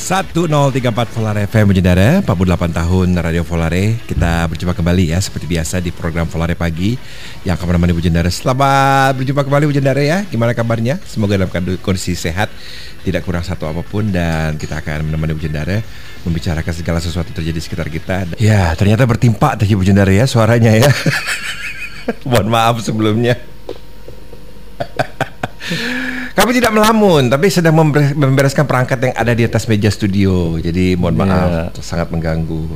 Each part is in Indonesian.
1034 Volare FM Bujendara, 48 tahun Radio Volare. Kita berjumpa kembali ya seperti biasa di program Volare Pagi yang akan menemani Bujendara. Selamat berjumpa kembali Bujendara ya. Gimana kabarnya? Semoga dalam kondisi sehat, tidak kurang satu apapun, dan kita akan menemani Bujendara membicarakan segala sesuatu yang terjadi di sekitar kita. Ya, ternyata bertimpa tadi Bujendara ya suaranya ya. Mohon maaf sebelumnya. Kami tidak melamun, tapi sedang membereskan perangkat yang ada di atas meja studio. Jadi mohon maaf, sangat mengganggu.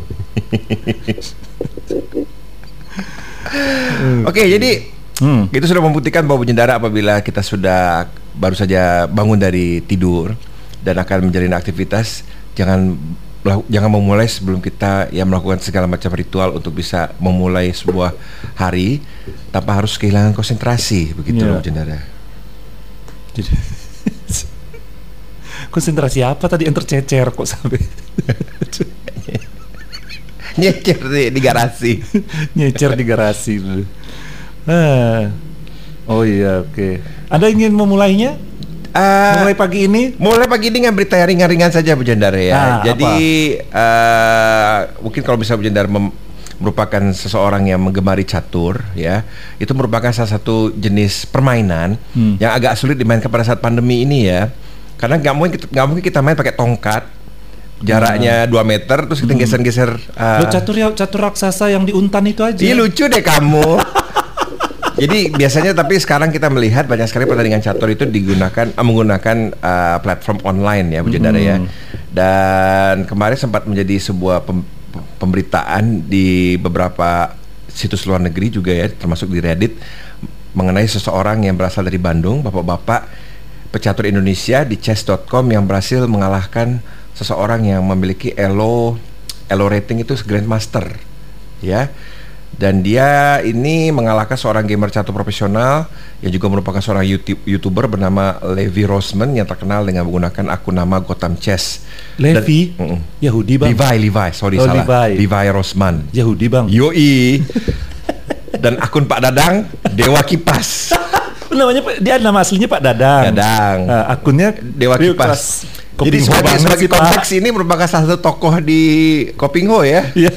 Oke, jadi itu sudah membuktikan bahwa Bujendara apabila kita sudah baru saja bangun dari tidur dan akan menjalani aktivitas, jangan memulai sebelum kita melakukan segala macam ritual untuk bisa memulai sebuah hari tanpa harus kehilangan konsentrasi, begitu Bujendara. Jadi konsentrasi apa tadi yang tercecer kok sampai nyecer di garasi. Nyecer di garasi. Oh iya, oke. Anda ingin memulainya? Mulai pagi ini? Mulai pagi ini nggak berita ringan-ringan saja Bujendara ya. Jadi mungkin kalau bisa Bujendara merupakan seseorang yang menggemari catur ya, itu merupakan salah satu jenis permainan yang agak sulit dimainkan pada saat pandemi ini ya, karena nggak mungkin kita main pakai tongkat jaraknya 2 meter terus kita geser-geser. Catur raksasa yang di Untan itu aja. Iya, lucu deh kamu. Jadi biasanya, tapi sekarang kita melihat banyak sekali pertandingan catur itu menggunakan platform online ya Bujendara ya, dan kemarin sempat menjadi sebuah pemberitaan di beberapa situs luar negeri juga ya, termasuk di Reddit, mengenai seseorang yang berasal dari Bandung, bapak-bapak pecatur Indonesia di chess.com yang berhasil mengalahkan seseorang yang memiliki elo rating itu Grandmaster ya. Dan dia ini mengalahkan seorang gamer catur profesional yang juga merupakan seorang YouTuber bernama Levi Rosman yang terkenal dengan menggunakan akun nama Gotham Chess. Levi? Yahudi bang? Levi, salah. Levi Rosman. Yahudi bang? Yoi. Dan akun Pak Dadang, Dewa Kipas. Dia nama aslinya Pak Dadang. Akunnya Dewa Kipas. Jadi sebagai konteks ini merupakan salah satu tokoh di Kopingho ya. Iya.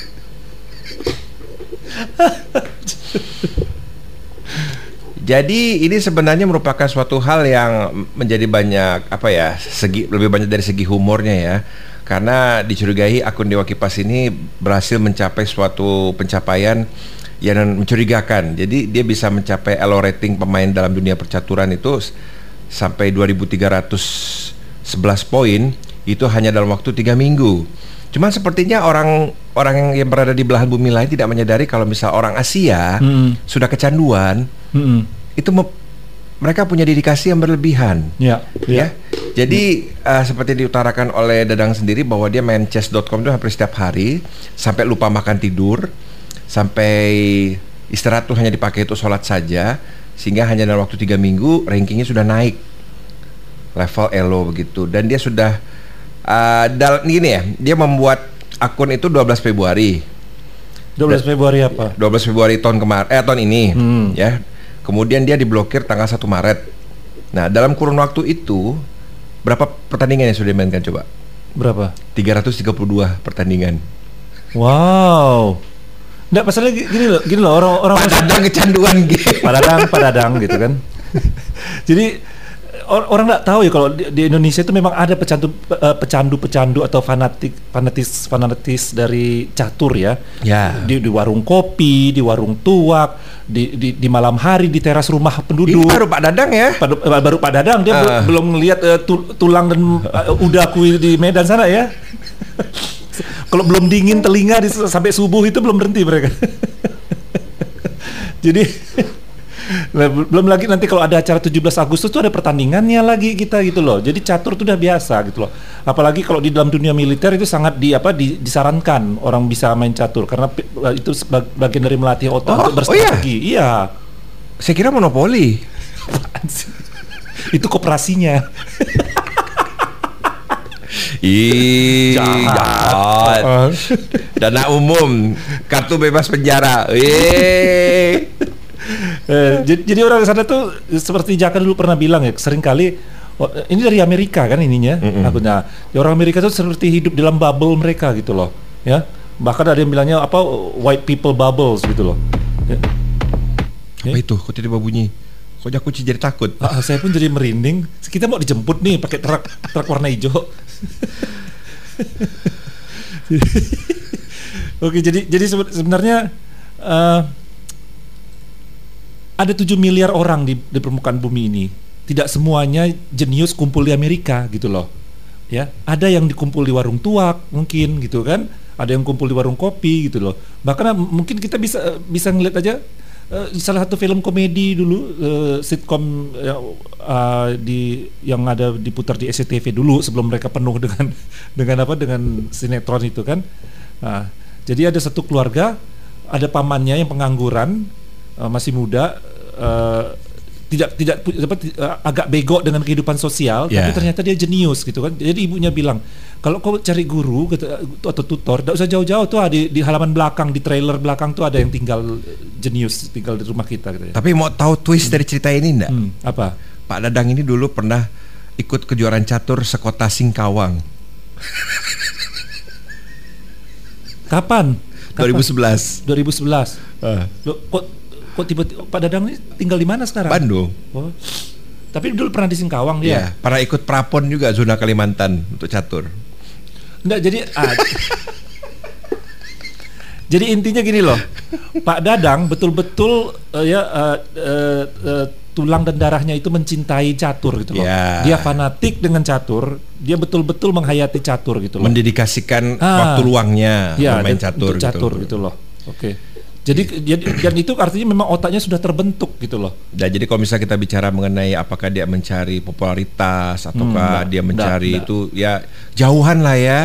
Jadi ini sebenarnya merupakan suatu hal yang menjadi banyak lebih banyak dari segi humornya ya, karena dicurigai akun Dewa Kipas ini berhasil mencapai suatu pencapaian yang mencurigakan. Jadi dia bisa mencapai elo rating pemain dalam dunia percaturan itu sampai 2311 poin itu hanya dalam waktu 3 minggu. Cuman sepertinya orang yang berada di belahan bumi lain tidak menyadari kalau misal orang Asia sudah kecanduan, itu mereka punya dedikasi yang berlebihan. Ya. Jadi seperti diutarakan oleh Dadang sendiri bahwa dia main chess.com itu hampir setiap hari sampai lupa makan tidur, sampai istirahat tuh hanya dipakai itu sholat saja, sehingga hanya dalam waktu 3 minggu rankingnya sudah naik level elo begitu. Dan dia sudah dia membuat akun itu 12 Februari. 12 Februari apa? 12 Februari tahun ini ya. Kemudian dia diblokir tanggal 1 Maret. Nah, dalam kurun waktu itu berapa pertandingan yang sudah dimainkan coba? Berapa? 332 pertandingan. Wow. Nggak, masalahnya gini loh orang Pak Dadang kecanduan game. Pak Dadang gitu kan. Jadi orang nggak tahu ya kalau di Indonesia itu memang ada pecandu atau fanatis dari catur ya. Di warung kopi, di warung tuak, di malam hari di teras rumah penduduk. Ini baru Pak Dadang ya? Baru Pak Dadang, dia belum ngelihat tulang dan udaku di Medan sana ya. Kalau belum dingin telinga sampai subuh itu belum berhenti mereka. Jadi belum lagi nanti kalau ada acara 17 Agustus tuh ada pertandingannya lagi kita gitu loh. Jadi catur tuh udah biasa gitu loh. Apalagi kalau di dalam dunia militer itu sangat disarankan orang bisa main catur karena itu bagian dari melatih otak untuk berstrategi. Iya. Saya kira monopoli. Itu koperasinya. Jahat. Dana umum, kartu bebas penjara. Jadi orang sana tuh seperti Jaka dulu pernah bilang ya, seringkali Oh, ini dari Amerika kan ininya. Nah, ya orang Amerika itu seperti hidup dalam bubble mereka gitu loh, ya. Bahkan ada yang bilangnya apa white people bubbles gitu loh. Ya. Apa itu? Kok tiba-tiba bunyi? Kok aku jadi takut? Saya pun jadi merinding. Kita mau dijemput nih pakai truk warna hijau. Oke, jadi sebenarnya ada 7 miliar orang di permukaan bumi ini. Tidak semuanya jenius kumpul di Amerika gitu loh. Ya, ada yang dikumpul di warung tuak mungkin gitu kan. Ada yang kumpul di warung kopi gitu loh. Bahkan mungkin kita bisa ngeliat aja salah satu film komedi dulu, sitkom yang ada diputar di SCTV dulu sebelum mereka penuh dengan sinetron itu kan. Nah, jadi ada satu keluarga, ada pamannya yang pengangguran, masih muda, agak bego dengan kehidupan sosial, tapi ternyata dia jenius gitu kan. Jadi ibunya bilang, kalau kau cari guru atau tutor, tidak usah jauh-jauh tuh di halaman belakang, di trailer belakang tuh ada yang tinggal jenius, tinggal di rumah kita gitu ya. Tapi mau tahu twist dari cerita ini enggak? Apa? Pak Dadang ini dulu pernah ikut kejuaraan catur sekota Singkawang. Kapan? 2011. Loh, kok tiba-tiba Pak Dadang ini tinggal di mana sekarang? Bandung. Oh. Tapi dulu pernah di Singkawang dia. Iya, pernah ikut prapon juga zona Kalimantan untuk catur. Enggak, jadi intinya gini loh. Pak Dadang betul-betul tulang dan darahnya itu mencintai catur gitu loh. Yeah. Dia fanatik dengan catur, dia betul-betul menghayati catur gitu loh. Mendedikasikan waktu luangnya bermain catur gitu loh. Oke. Jadi dan itu artinya memang otaknya sudah terbentuk gitu loh. Dan jadi kalau misalnya kita bicara mengenai apakah dia mencari popularitas ataukah dia mencari itu ya kejauhan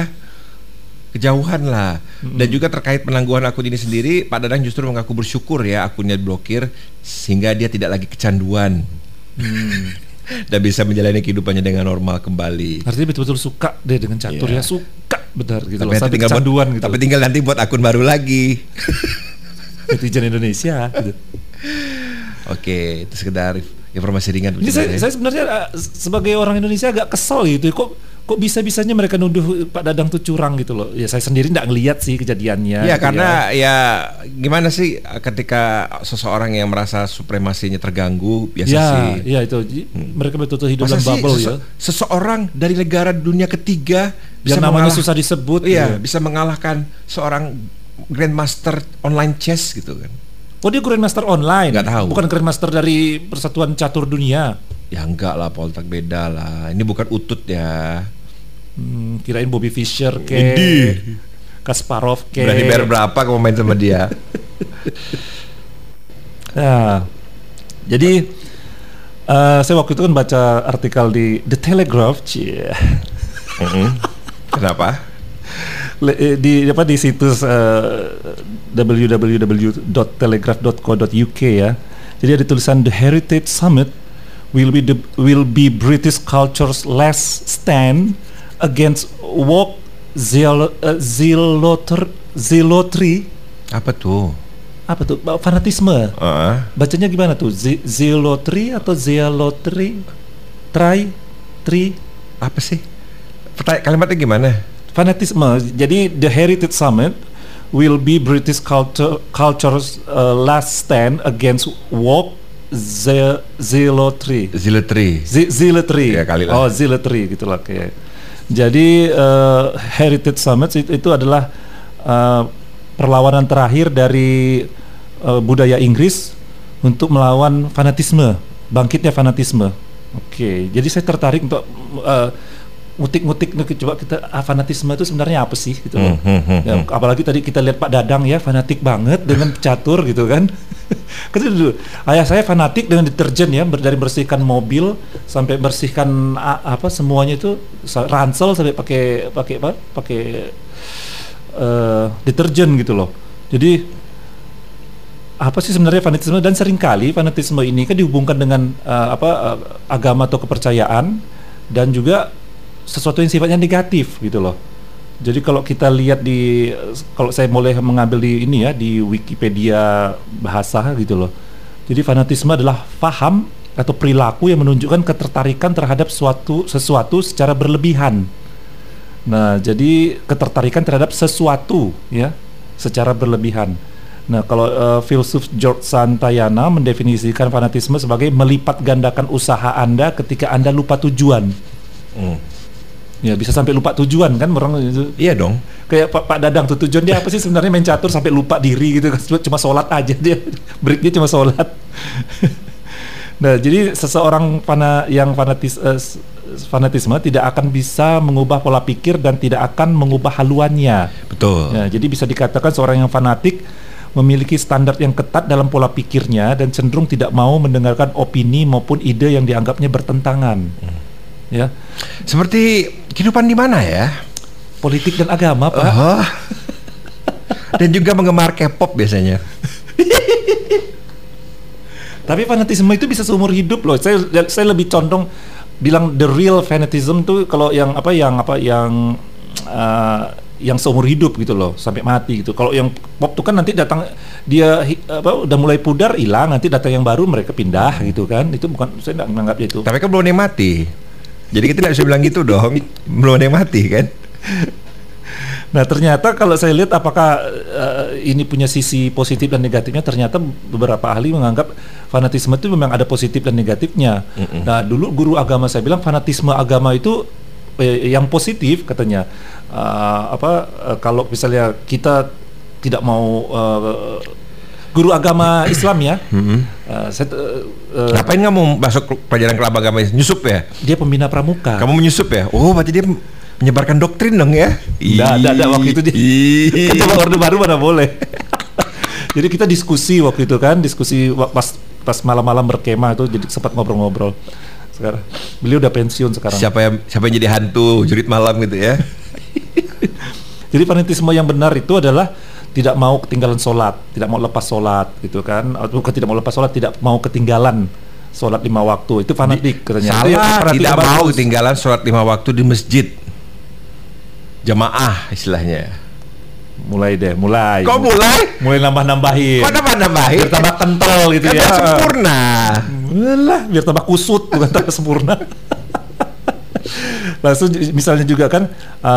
lah. Dan juga terkait penangguhan akun ini sendiri, Pak Dadang justru mengaku bersyukur ya akunnya diblokir sehingga dia tidak lagi kecanduan. Dan bisa menjalani kehidupannya dengan normal kembali. Artinya betul-betul suka deh dengan catur ya, suka benar gitu loh. Sampai kecanduan gitu. Tapi tinggal nanti buat akun baru lagi. Netizen Indonesia gitu. Oke, itu sekedar informasi ringan. Ini saya sebenarnya sebagai orang Indonesia agak kesal gitu. Kok bisa-bisanya mereka nuduh Pak Dadang tuh curang gitu loh. Ya saya sendiri nggak ngelihat sih kejadiannya. Ya gitu karena ya gimana sih ketika seseorang yang merasa supremasinya terganggu biasa sih. Ya itu mereka betul-betul hidup dalam bubble ya. Seseorang dari negara dunia ketiga yang namanya susah disebut. Iya, bisa mengalahkan seorang Grandmaster online chess gitu kan. Oh dia Grandmaster online? Nggak tahu. Bukan Grandmaster dari Persatuan Catur Dunia? Ya enggak lah, Poltak beda lah. Ini bukan Utut ya. Kirain Bobby Fischer Kasparov berani bayar berapa kamu main sama dia? Nah, jadi saya waktu itu kan baca artikel di The Telegraph. Kenapa? Di situs www.telegraph.co.uk ya. Jadi ada tulisan The Heritage Summit will be British culture's last stand against woke zealotry. Apa tuh? Fanatisme. Bacanya gimana tuh? Zealotry atau zealotry? Apa sih? Kalimatnya gimana? Fanatisme. Jadi the Heritage Summit will be British culture's last stand against woke zealotry. Zealotry. Ya, kali lah. Oh, zealotry gitulah kayak. Jadi Heritage Summit itu adalah perlawanan terakhir dari budaya Inggris untuk melawan fanatisme, bangkitnya fanatisme. Oke, jadi saya tertarik untuk ngutik-ngutik coba kita fanatisme itu sebenarnya apa sih gitu loh. Ya, apalagi tadi kita lihat Pak Dadang ya fanatik banget dengan catur gitu kan. Kan dulu ayah saya fanatik dengan deterjen ya, dari bersihkan mobil sampai bersihkan semuanya itu ransel sampai pakai deterjen gitu loh. Jadi apa sih sebenarnya fanatisme, dan seringkali fanatisme ini kan dihubungkan dengan agama atau kepercayaan dan juga sesuatu yang sifatnya negatif gitu loh. Jadi kalau kita lihat kalau saya boleh mengambil di ini ya, di Wikipedia bahasa gitu loh. Jadi fanatisme adalah paham atau perilaku yang menunjukkan ketertarikan terhadap sesuatu secara berlebihan. Nah, jadi ketertarikan terhadap sesuatu ya secara berlebihan. Nah, kalau filsuf George Santayana mendefinisikan fanatisme sebagai melipat gandakan usaha Anda ketika Anda lupa tujuan. Ya, bisa sampai lupa tujuan kan orang itu. Iya dong. Kayak Pak Dadang tuh, tujuan dia apa sih sebenarnya main catur sampai lupa diri gitu, cuma sholat aja dia. Breaknya cuma sholat. Nah, jadi seseorang fanatisme tidak akan bisa mengubah pola pikir dan tidak akan mengubah haluannya. Betul. Ya, jadi bisa dikatakan seorang yang fanatik memiliki standar yang ketat dalam pola pikirnya dan cenderung tidak mau mendengarkan opini maupun ide yang dianggapnya bertentangan. Ya, seperti kehidupan di mana ya? Politik dan agama, Pak. Dan juga menggemar K-pop biasanya. Tapi fanatisme itu bisa seumur hidup loh. Saya lebih condong bilang the real fanatism tuh kalau yang seumur hidup gitu loh, sampai mati gitu. Kalau yang pop tuh kan nanti datang dia udah mulai pudar, hilang, nanti datang yang baru mereka pindah gitu kan. Itu bukan, saya nggak menganggap itu. Tapi kan belum ada yang mati. Jadi kita nggak bisa bilang gitu dong. Belum ada yang mati kan. Nah, ternyata kalau saya lihat apakah ini punya sisi positif dan negatifnya, ternyata beberapa ahli menganggap fanatisme itu memang ada positif dan negatifnya. Nah, dulu guru agama saya bilang fanatisme agama itu yang positif katanya. Kalau misalnya kita tidak mau guru agama Islam ya, ngapain kamu masuk pelajaran kelas agama nyusup ya? Dia pembina pramuka. Kamu menyusup ya? Oh, berarti dia menyebarkan doktrin dong ya? Nggak, waktu itu dia kan coba Orde Baru mana boleh. Jadi kita diskusi waktu itu kan, pas malam-malam berkemah itu, jadi sempat ngobrol-ngobrol. Sekarang beliau udah pensiun sekarang. Siapa yang jadi hantu jurit malam gitu ya? Jadi fanatisme yang benar itu adalah tidak mau ketinggalan sholat, tidak mau lepas sholat gitu kan, atau tidak mau lepas sholat, tidak mau ketinggalan sholat 5 waktu. Itu fanatik katanya. Salah, tidak mau ketinggalan sholat 5 waktu di masjid. Jamaah istilahnya. Mulai. Kok mulai? Mulai nambah-nambahin. Kok nambah-nambahin? Biar tambah kental gitu ya. Biar sempurna. Biar tambah kusut, bukan tambah sempurna. Langsung misalnya juga kan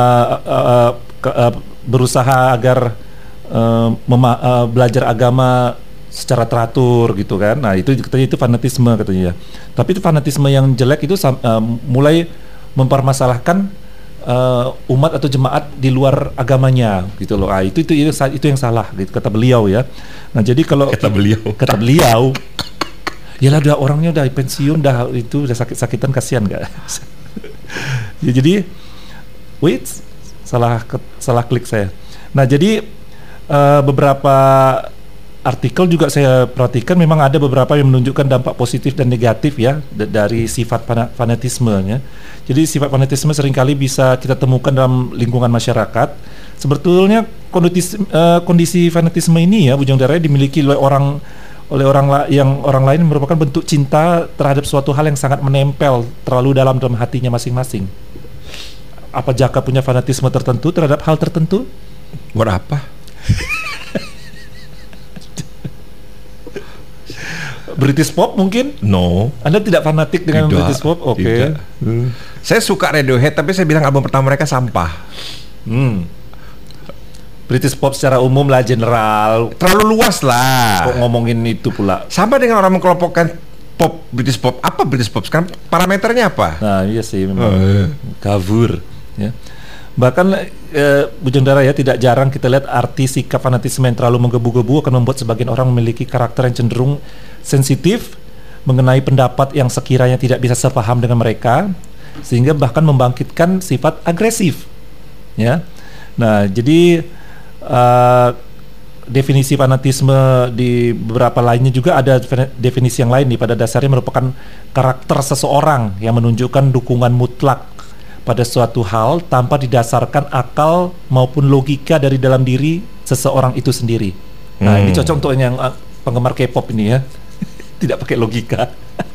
berusaha agar belajar agama secara teratur gitu kan. Nah, itu katanya itu fanatisme katanya. Tapi itu fanatisme yang jelek itu mulai mempermasalahkan umat atau jemaat di luar agamanya gitu loh. Itu yang salah gitu kata beliau ya. Nah, jadi kalau kata beliau yalah udah orangnya udah pensiun, udah sakit-sakitan, kasihan enggak. Ya, jadi salah klik saya. Nah, jadi beberapa artikel juga saya perhatikan memang ada beberapa yang menunjukkan dampak positif dan negatif ya dari sifat fanatisme ya. Jadi sifat fanatisme seringkali bisa kita temukan dalam lingkungan masyarakat. Sebetulnya kondisi fanatisme ini ya, Bujang Darai, dimiliki oleh orang lain merupakan bentuk cinta terhadap suatu hal yang sangat menempel terlalu dalam hatinya masing-masing. Apa Jaka punya fanatisme tertentu terhadap hal tertentu? Buat apa? British pop mungkin? No. Anda tidak fanatik dengan British pop? Oke. Saya suka Radiohead, tapi saya bilang album pertama mereka sampah. British pop secara umum lah, general. Terlalu luas lah. Kok ngomongin itu pula? Sama dengan orang mengkelompokkan pop, British pop. Apa British pop? Sekarang parameternya apa? Nah, iya sih memang. Kabur. Ya. Bahkan Bujang Darai ya, tidak jarang kita lihat arti sikap fanatisme yang terlalu menggebu-gebu akan membuat sebagian orang memiliki karakter yang cenderung sensitif mengenai pendapat yang sekiranya tidak bisa sepaham dengan mereka, sehingga bahkan membangkitkan sifat agresif. Ya. Nah, jadi definisi fanatisme di beberapa lainnya juga ada definisi yang lain nih, pada dasarnya merupakan karakter seseorang yang menunjukkan dukungan mutlak pada suatu hal tanpa didasarkan akal maupun logika dari dalam diri seseorang itu sendiri. Nah, ini cocok untuk yang penggemar K-pop ini ya. Tidak pakai logika.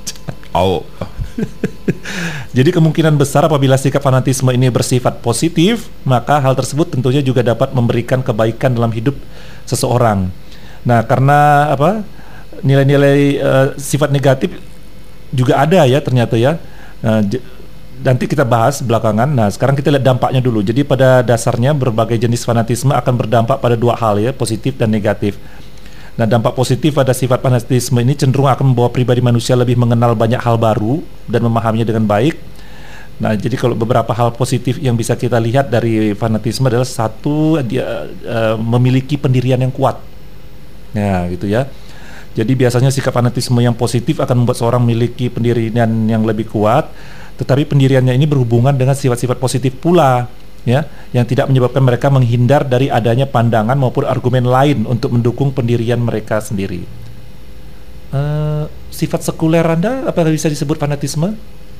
Jadi kemungkinan besar apabila sikap fanatisme ini bersifat positif, maka hal tersebut tentunya juga dapat memberikan kebaikan dalam hidup seseorang. Nah, karena nilai-nilai sifat negatif juga ada ya ternyata ya. Nah, nanti kita bahas belakangan. Nah, sekarang kita lihat dampaknya dulu. Jadi pada dasarnya berbagai jenis fanatisme akan berdampak pada dua hal ya, positif dan negatif. Nah, dampak positif pada sifat fanatisme ini cenderung akan membawa pribadi manusia lebih mengenal banyak hal baru dan memahaminya dengan baik. Nah, jadi kalau beberapa hal positif yang bisa kita lihat dari fanatisme adalah satu, dia memiliki pendirian yang kuat. Nah, gitu ya. Jadi biasanya sikap fanatisme yang positif akan membuat seorang memiliki pendirian yang lebih kuat, tetapi pendiriannya ini berhubungan dengan sifat-sifat positif pula, ya, yang tidak menyebabkan mereka menghindar dari adanya pandangan maupun argumen lain untuk mendukung pendirian mereka sendiri. Sifat sekuler Anda apakah bisa disebut fanatisme?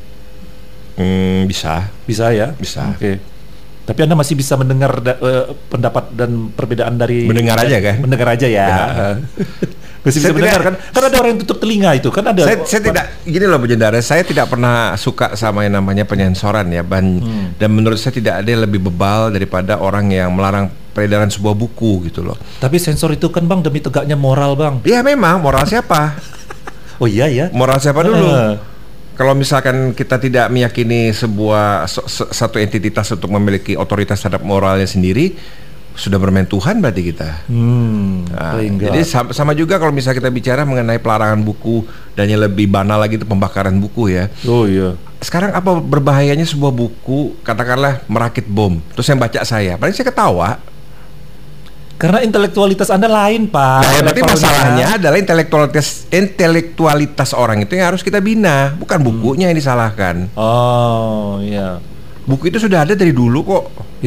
Bisa ya. Bisa. Oke. Tapi Anda masih bisa mendengar pendapat dan perbedaan dari mendengar aja kan? Mendengar aja ya. Masih bisa mendengar kan? Kan ada orang yang tutup telinga itu kan ada. Saya tidak gini loh Bu Jendara, saya tidak pernah suka sama yang namanya penyensoran ya, dan menurut saya tidak ada yang lebih bebal daripada orang yang melarang peredaran sebuah buku gitu loh. Tapi sensor itu kan Bang demi tegaknya moral Bang. Iya memang, moral siapa? Oh iya ya. Moral siapa dulu? Kalau misalkan kita tidak meyakini sebuah satu entitas untuk memiliki otoritas terhadap moralnya sendiri, sudah bermain Tuhan berarti kita. Jadi sama juga kalau misalnya kita bicara mengenai pelarangan buku dan yang lebih banal lagi itu pembakaran buku ya. Oh iya. Sekarang apa berbahayanya sebuah buku, katakanlah merakit bom, terus yang baca saya, paling saya ketawa. Karena intelektualitas Anda lain, Pak. Nah, berarti masalahnya adalah intelektualitas orang itu yang harus kita bina, bukan bukunya yang disalahkan. Oh, iya. Buku itu sudah ada dari dulu kok.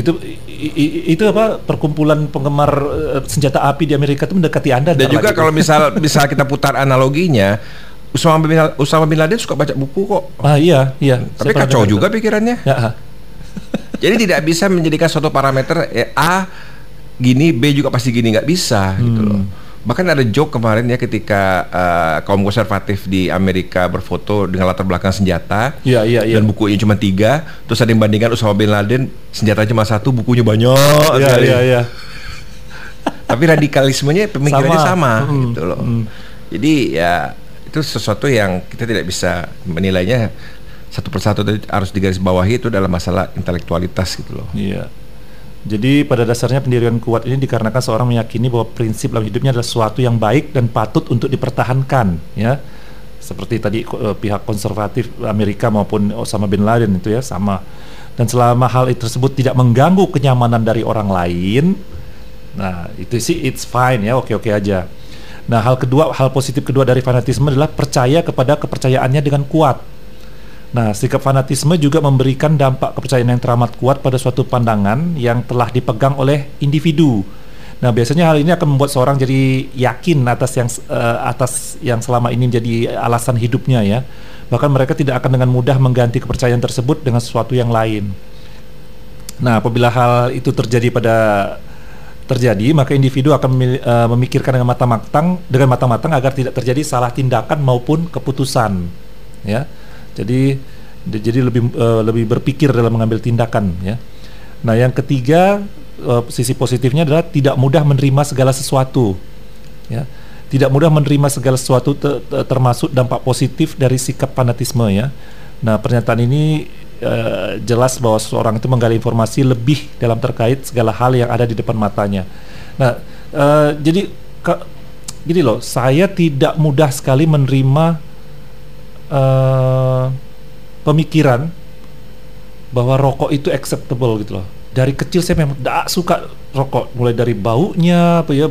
Itu apa, perkumpulan penggemar senjata api di Amerika itu mendekati Anda. Dan juga kalau misal kita putar analoginya, Usama bin Laden suka baca buku kok. Iya. Tapi kacau juga pikirannya. Ya. Jadi tidak bisa menjadikan suatu parameter A gini, B juga pasti gini, nggak bisa gitu loh. Bahkan ada joke kemarin ya ketika kaum konservatif di Amerika berfoto dengan latar belakang senjata. Iya. Dan bukunya cuma 3, terus ada yang bandingkan Usama bin Laden senjata cuma 1, bukunya banyak. Iya. Tapi radikalismenya, pemikirannya sama gitu loh. Jadi ya itu sesuatu yang kita tidak bisa menilainya satu persatu, harus digarisbawahi itu dalam masalah intelektualitas gitu loh. Iya. Jadi pada dasarnya pendirian kuat ini dikarenakan seorang meyakini bahwa prinsip dalam hidupnya adalah sesuatu yang baik dan patut untuk dipertahankan, ya. Seperti tadi pihak konservatif Amerika maupun Osama bin Laden itu ya sama. Dan selama hal tersebut tidak mengganggu kenyamanan dari orang lain, nah itu sih it's fine ya, oke aja. Nah hal positif kedua dari fanatisme adalah percaya kepada kepercayaannya dengan kuat. Nah, sikap fanatisme juga memberikan dampak kepercayaan yang teramat kuat pada suatu pandangan yang telah dipegang oleh individu. Nah, biasanya hal ini akan membuat seorang jadi yakin atas yang selama ini menjadi alasan hidupnya ya. Bahkan mereka tidak akan dengan mudah mengganti kepercayaan tersebut dengan sesuatu yang lain. Nah, apabila hal itu terjadi, maka individu akan memikirkan dengan matang-matang agar tidak terjadi salah tindakan maupun keputusan, ya. Jadi lebih berpikir dalam mengambil tindakan ya. Nah, yang ketiga, sisi positifnya adalah tidak mudah menerima segala sesuatu. Ya. Tidak mudah menerima segala sesuatu termasuk dampak positif dari sikap fanatisme ya. Nah, pernyataan ini jelas bahwa seorang itu menggali informasi lebih dalam terkait segala hal yang ada di depan matanya. Nah, jadi gini loh, saya tidak mudah sekali menerima pemikiran bahwa rokok itu acceptable gitu loh. Dari kecil saya memang tidak suka rokok, mulai dari baunya apa ya.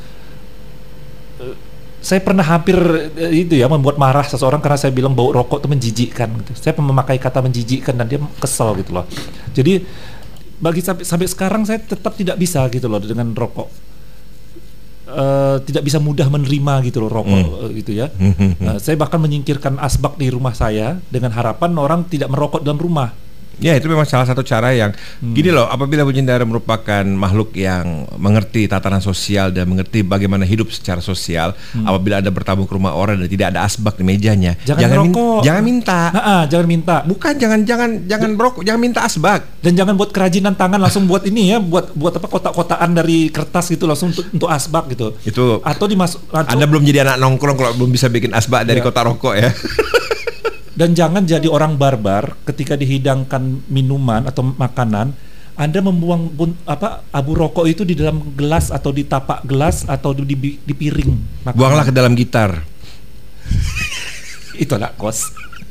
Saya pernah hampir itu ya membuat marah seseorang karena saya bilang bau rokok itu menjijikkan gitu. Saya memakai kata menjijikkan dan dia kesel gitu loh. Jadi sampai sekarang saya tetap tidak bisa gitu loh dengan rokok. Tidak bisa mudah menerima gitu loh rokok gitu ya. Saya bahkan menyingkirkan asbak di rumah saya dengan harapan orang tidak merokok dalam rumah. Ya, itu memang salah satu cara yang gini loh, apabila Bu Jendara merupakan makhluk yang mengerti tatanan sosial dan mengerti bagaimana hidup secara sosial, apabila Anda bertamu ke rumah orang dan tidak ada asbak di mejanya, jangan minta. Jangan minta. Bukan jangan merokok, jangan minta asbak. Dan jangan buat kerajinan tangan langsung buat ini ya, buat apa kotak-kotakan dari kertas gitu langsung untuk asbak gitu. Itu atau Anda belum jadi anak nongkrong kalau belum bisa bikin asbak dari kotak rokok ya. Dan jangan jadi orang barbar ketika dihidangkan minuman atau makanan, Anda membuang abu rokok itu di dalam gelas atau di tapak gelas atau di piring makanan. Buanglah ke dalam gitar. Itu anak kos.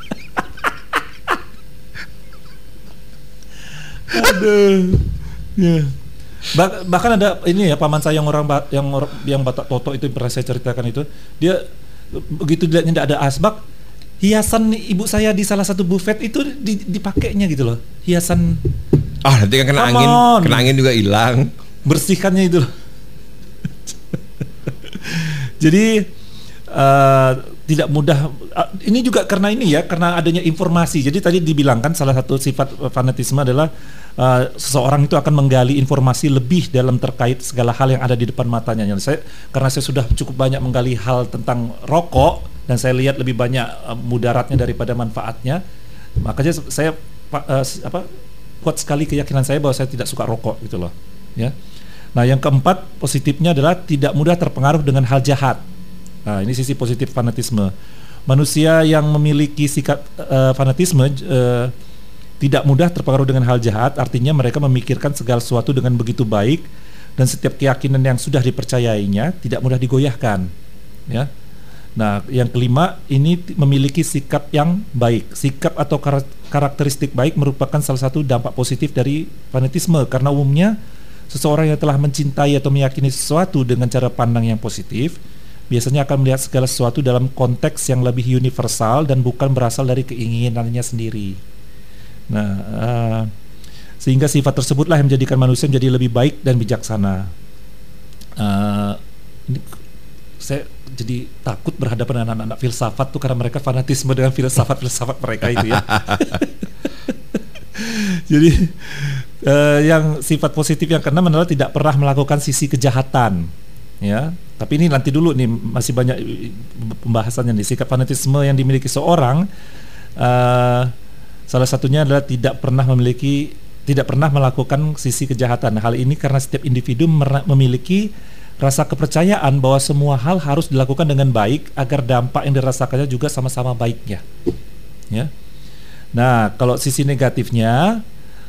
Aduh. Ya. Bahkan ada ini ya, paman saya yang Batak Toto itu pernah saya ceritakan itu, dia begitu dilihatnya tidak ada asbak, hiasan ibu saya di salah satu buffet itu dipakainya gitu loh, hiasan. Nanti kan kena angin juga hilang. Bersihkannya itu loh. Jadi tidak mudah. Ini juga karena adanya informasi. Jadi tadi dibilangkan salah satu sifat fanatisme adalah seseorang itu akan menggali informasi lebih dalam terkait segala hal yang ada di depan matanya. Karena saya sudah cukup banyak menggali hal tentang rokok dan saya lihat lebih banyak mudaratnya daripada manfaatnya, makanya saya kuat sekali keyakinan saya bahwa saya tidak suka rokok gitu loh. Ya. Nah, yang keempat positifnya adalah tidak mudah terpengaruh dengan hal jahat. Nah, ini sisi positif fanatisme. Manusia yang memiliki sikap fanatisme tidak mudah terpengaruh dengan hal jahat, artinya mereka memikirkan segala sesuatu dengan begitu baik dan setiap keyakinan yang sudah dipercayainya tidak mudah digoyahkan. Ya. Nah, yang kelima ini memiliki sikap yang baik. Sikap atau karakteristik baik merupakan salah satu dampak positif dari fanatisme karena umumnya seseorang yang telah mencintai atau meyakini sesuatu dengan cara pandang yang positif biasanya akan melihat segala sesuatu dalam konteks yang lebih universal dan bukan berasal dari keinginannya sendiri. Nah, sehingga sifat tersebutlah yang menjadikan manusia menjadi lebih baik dan bijaksana. Ini saya jadi takut berhadapan dengan anak-anak filsafat tuh karena mereka fanatisme dengan filsafat mereka itu ya. Jadi yang sifat positif yang keenam adalah tidak pernah melakukan sisi kejahatan. Ya, tapi ini nanti dulu nih, masih banyak pembahasannya nih. Sikap fanatisme yang dimiliki seorang salah satunya adalah tidak pernah melakukan sisi kejahatan. Hal ini karena setiap individu memiliki rasa kepercayaan bahwa semua hal harus dilakukan dengan baik agar dampak yang dirasakannya juga sama-sama baiknya. Ya. Nah, kalau sisi negatifnya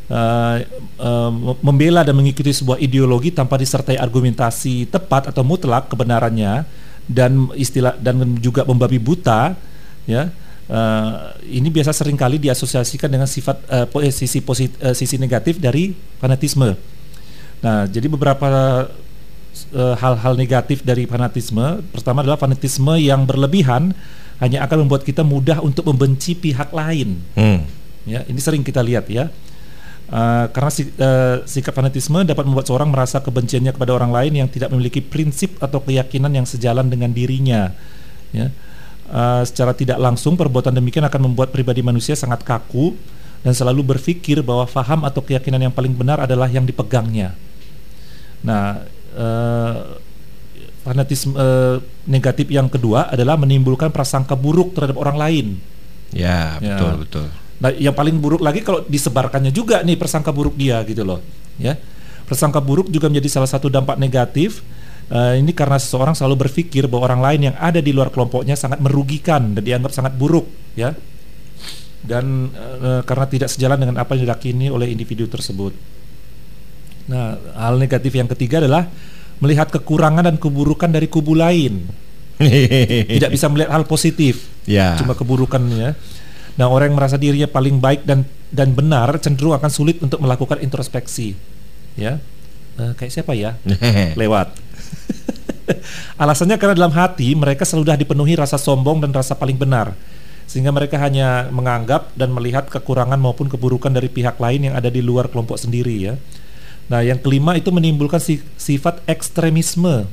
membela dan mengikuti sebuah ideologi tanpa disertai argumentasi tepat atau mutlak kebenarannya dan juga membabi buta, ya. Ini biasa seringkali diasosiasikan dengan sifat sisi negatif dari fanatisme. Nah, jadi beberapa hal-hal negatif dari fanatisme. Pertama adalah fanatisme yang berlebihan hanya akan membuat kita mudah untuk membenci pihak lain. Ya, ini sering kita lihat ya. Karena sikap fanatisme dapat membuat seorang merasa kebenciannya kepada orang lain yang tidak memiliki prinsip atau keyakinan yang sejalan dengan dirinya. Ya. Secara tidak langsung perbuatan demikian akan membuat pribadi manusia sangat kaku dan selalu berpikir bahwa faham atau keyakinan yang paling benar adalah yang dipegangnya. Nah, fanatisme negatif yang kedua adalah menimbulkan prasangka buruk terhadap orang lain. Ya, betul. Nah, yang paling buruk lagi kalau disebarkannya juga nih prasangka buruk dia gitu loh. Ya, prasangka buruk juga menjadi salah satu dampak negatif. Ini karena seseorang selalu berpikir bahwa orang lain yang ada di luar kelompoknya sangat merugikan dan dianggap sangat buruk, ya. Dan karena tidak sejalan dengan apa yang diyakini oleh individu tersebut. Nah, hal negatif yang ketiga adalah melihat kekurangan dan keburukan dari kubu lain. Tidak bisa melihat hal positif, cuma keburukannya. Nah, orang yang merasa dirinya paling baik dan benar cenderung akan sulit untuk melakukan introspeksi. Ya, kayak siapa ya? Lewat. Alasannya karena dalam hati mereka sudah dipenuhi rasa sombong dan rasa paling benar, sehingga mereka hanya menganggap dan melihat kekurangan maupun keburukan dari pihak lain yang ada di luar kelompok sendiri, ya. Nah, yang kelima itu menimbulkan sifat ekstremisme,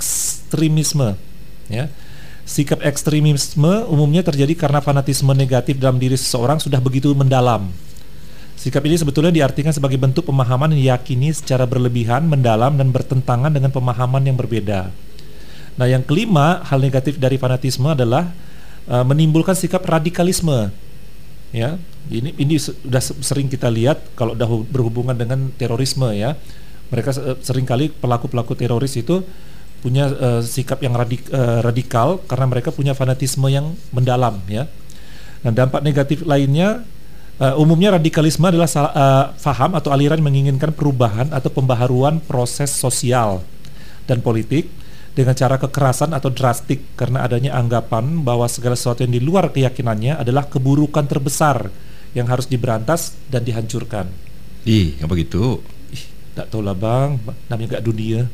ya. Sikap ekstremisme umumnya terjadi karena fanatisme negatif dalam diri seseorang sudah begitu mendalam. Sikap ini sebetulnya diartikan sebagai bentuk pemahaman yang diyakini secara berlebihan, mendalam, dan bertentangan dengan pemahaman yang berbeda. Nah, yang kelima, hal negatif dari fanatisme adalah menimbulkan sikap radikalisme. Ya, ini sudah sering kita lihat kalau sudah berhubungan dengan terorisme, ya. Mereka seringkali pelaku-pelaku teroris itu punya sikap yang radikal karena mereka punya fanatisme yang mendalam, ya. Nah, dampak negatif lainnya umumnya radikalisme adalah faham atau aliran menginginkan perubahan atau pembaharuan proses sosial dan politik dengan cara kekerasan atau drastik karena adanya anggapan bahwa segala sesuatu yang di luar keyakinannya adalah keburukan terbesar yang harus diberantas dan dihancurkan. Ih, ngapa gitu? Tak tahu lah bang, namanya gak dunia.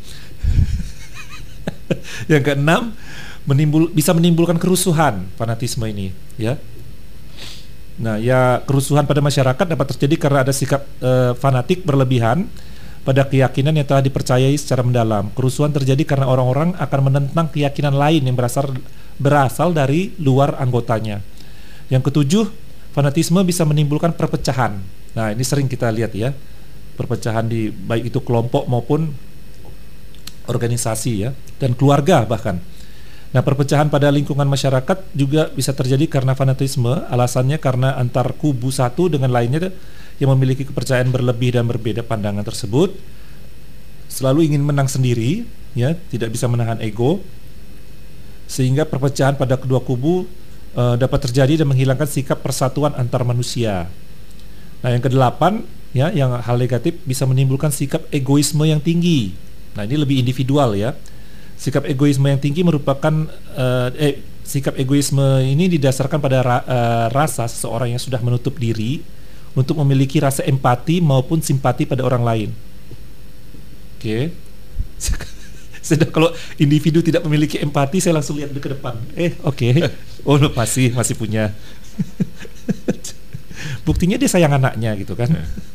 Yang keenam, bisa menimbulkan kerusuhan fanatisme ini, ya. Nah, ya kerusuhan pada masyarakat dapat terjadi karena ada sikap fanatik berlebihan pada keyakinan yang telah dipercayai secara mendalam. Kerusuhan terjadi karena orang-orang akan menentang keyakinan lain yang berasal dari luar anggotanya. Yang ketujuh, fanatisme bisa menimbulkan perpecahan. Nah, ini sering kita lihat ya, perpecahan di baik itu kelompok maupun organisasi ya, dan keluarga bahkan. Nah, perpecahan pada lingkungan masyarakat juga bisa terjadi karena fanatisme. Alasannya karena antar kubu satu dengan lainnya yang memiliki kepercayaan berlebih dan berbeda pandangan tersebut selalu ingin menang sendiri, ya, tidak bisa menahan ego, sehingga perpecahan pada kedua kubu dapat terjadi dan menghilangkan sikap persatuan antar manusia. Nah, yang kedelapan, ya, yang hal negatif bisa menimbulkan sikap egoisme yang tinggi. Nah, ini lebih individual ya. Sikap egoisme yang tinggi merupakan sikap egoisme ini didasarkan pada rasa seseorang yang sudah menutup diri untuk memiliki rasa empati maupun simpati pada orang lain. Oke. Sedang kalau individu tidak memiliki empati, saya langsung lihat ke depan. Oke. Oh, masih punya. Buktinya dia sayang anaknya gitu kan.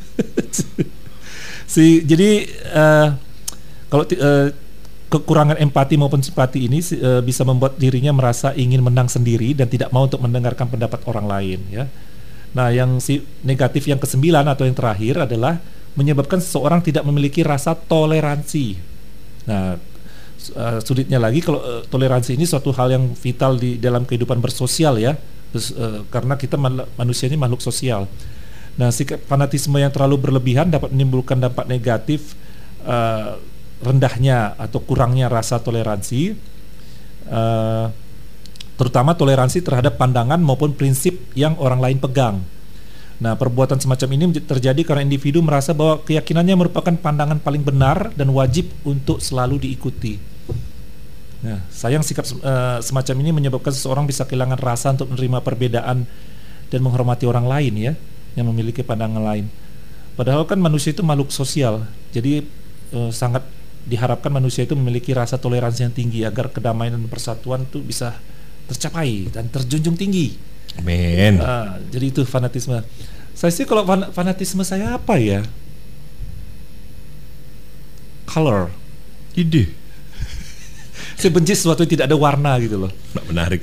Jadi kalau kekurangan empati maupun simpati ini bisa membuat dirinya merasa ingin menang sendiri dan tidak mau untuk mendengarkan pendapat orang lain ya. Nah, yang negatif yang kesembilan atau yang terakhir adalah menyebabkan seseorang tidak memiliki rasa toleransi. Nah, sulitnya lagi kalau toleransi ini suatu hal yang vital di dalam kehidupan bersosial ya. Karena kita manusia ini makhluk sosial. Nah, sikap fanatisme yang terlalu berlebihan dapat menimbulkan dampak negatif, rendahnya atau kurangnya rasa toleransi, terutama toleransi terhadap pandangan maupun prinsip yang orang lain pegang. Nah, perbuatan semacam ini terjadi karena individu merasa bahwa keyakinannya merupakan pandangan paling benar dan wajib untuk selalu diikuti. Nah, sayang sikap semacam ini menyebabkan seseorang bisa kehilangan rasa untuk menerima perbedaan dan menghormati orang lain ya, yang memiliki pandangan lain. Padahal kan manusia itu makhluk sosial, jadi sangat diharapkan manusia itu memiliki rasa toleransi yang tinggi agar kedamaian dan persatuan itu bisa tercapai dan terjunjung tinggi. Amin. Jadi itu fanatisme. Saya sih kalau fanatisme saya apa ya? Color. Ide. Saya benci sesuatu yang tidak ada warna gitu loh. Nggak menarik.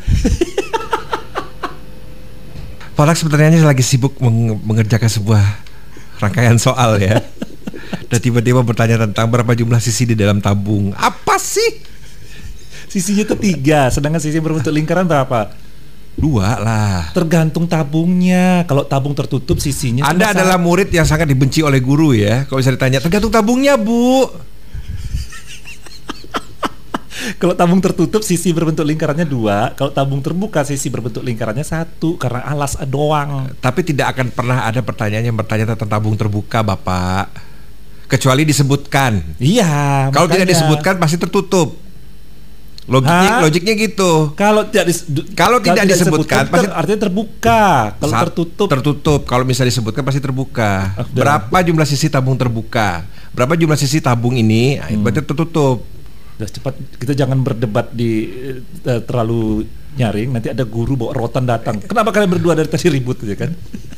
Falak sebenarnya lagi sibuk mengerjakan sebuah rangkaian soal ya. Dan tiba-tiba bertanya tentang berapa jumlah sisi di dalam tabung. Apa sih? Sisinya itu 3, sedangkan sisi berbentuk lingkaran berapa? 2 lah. Tergantung tabungnya. Kalau tabung tertutup sisinya. Anda adalah murid yang sangat dibenci oleh guru ya. Kalau bisa ditanya, tergantung tabungnya Bu. Kalau tabung tertutup sisi berbentuk lingkarannya 2. Kalau tabung terbuka sisi berbentuk lingkarannya 1. Karena alas doang. Tapi tidak akan pernah ada pertanyaan yang bertanya tentang tabung terbuka Bapak, kecuali disebutkan. Iya. Kalau tidak disebutkan pasti tertutup. Logiknya gitu. Kalau tidak disebutkan pasti artinya terbuka. Kalau tertutup. Kalau misalnya disebutkan pasti terbuka. Berapa jumlah sisi tabung terbuka? Berapa jumlah sisi tabung ini? Berarti tertutup. Udah cepat, kita jangan berdebat di terlalu nyaring. Nanti ada guru bawa rotan datang. Kenapa kalian berdua dari tadi ribut ya kan?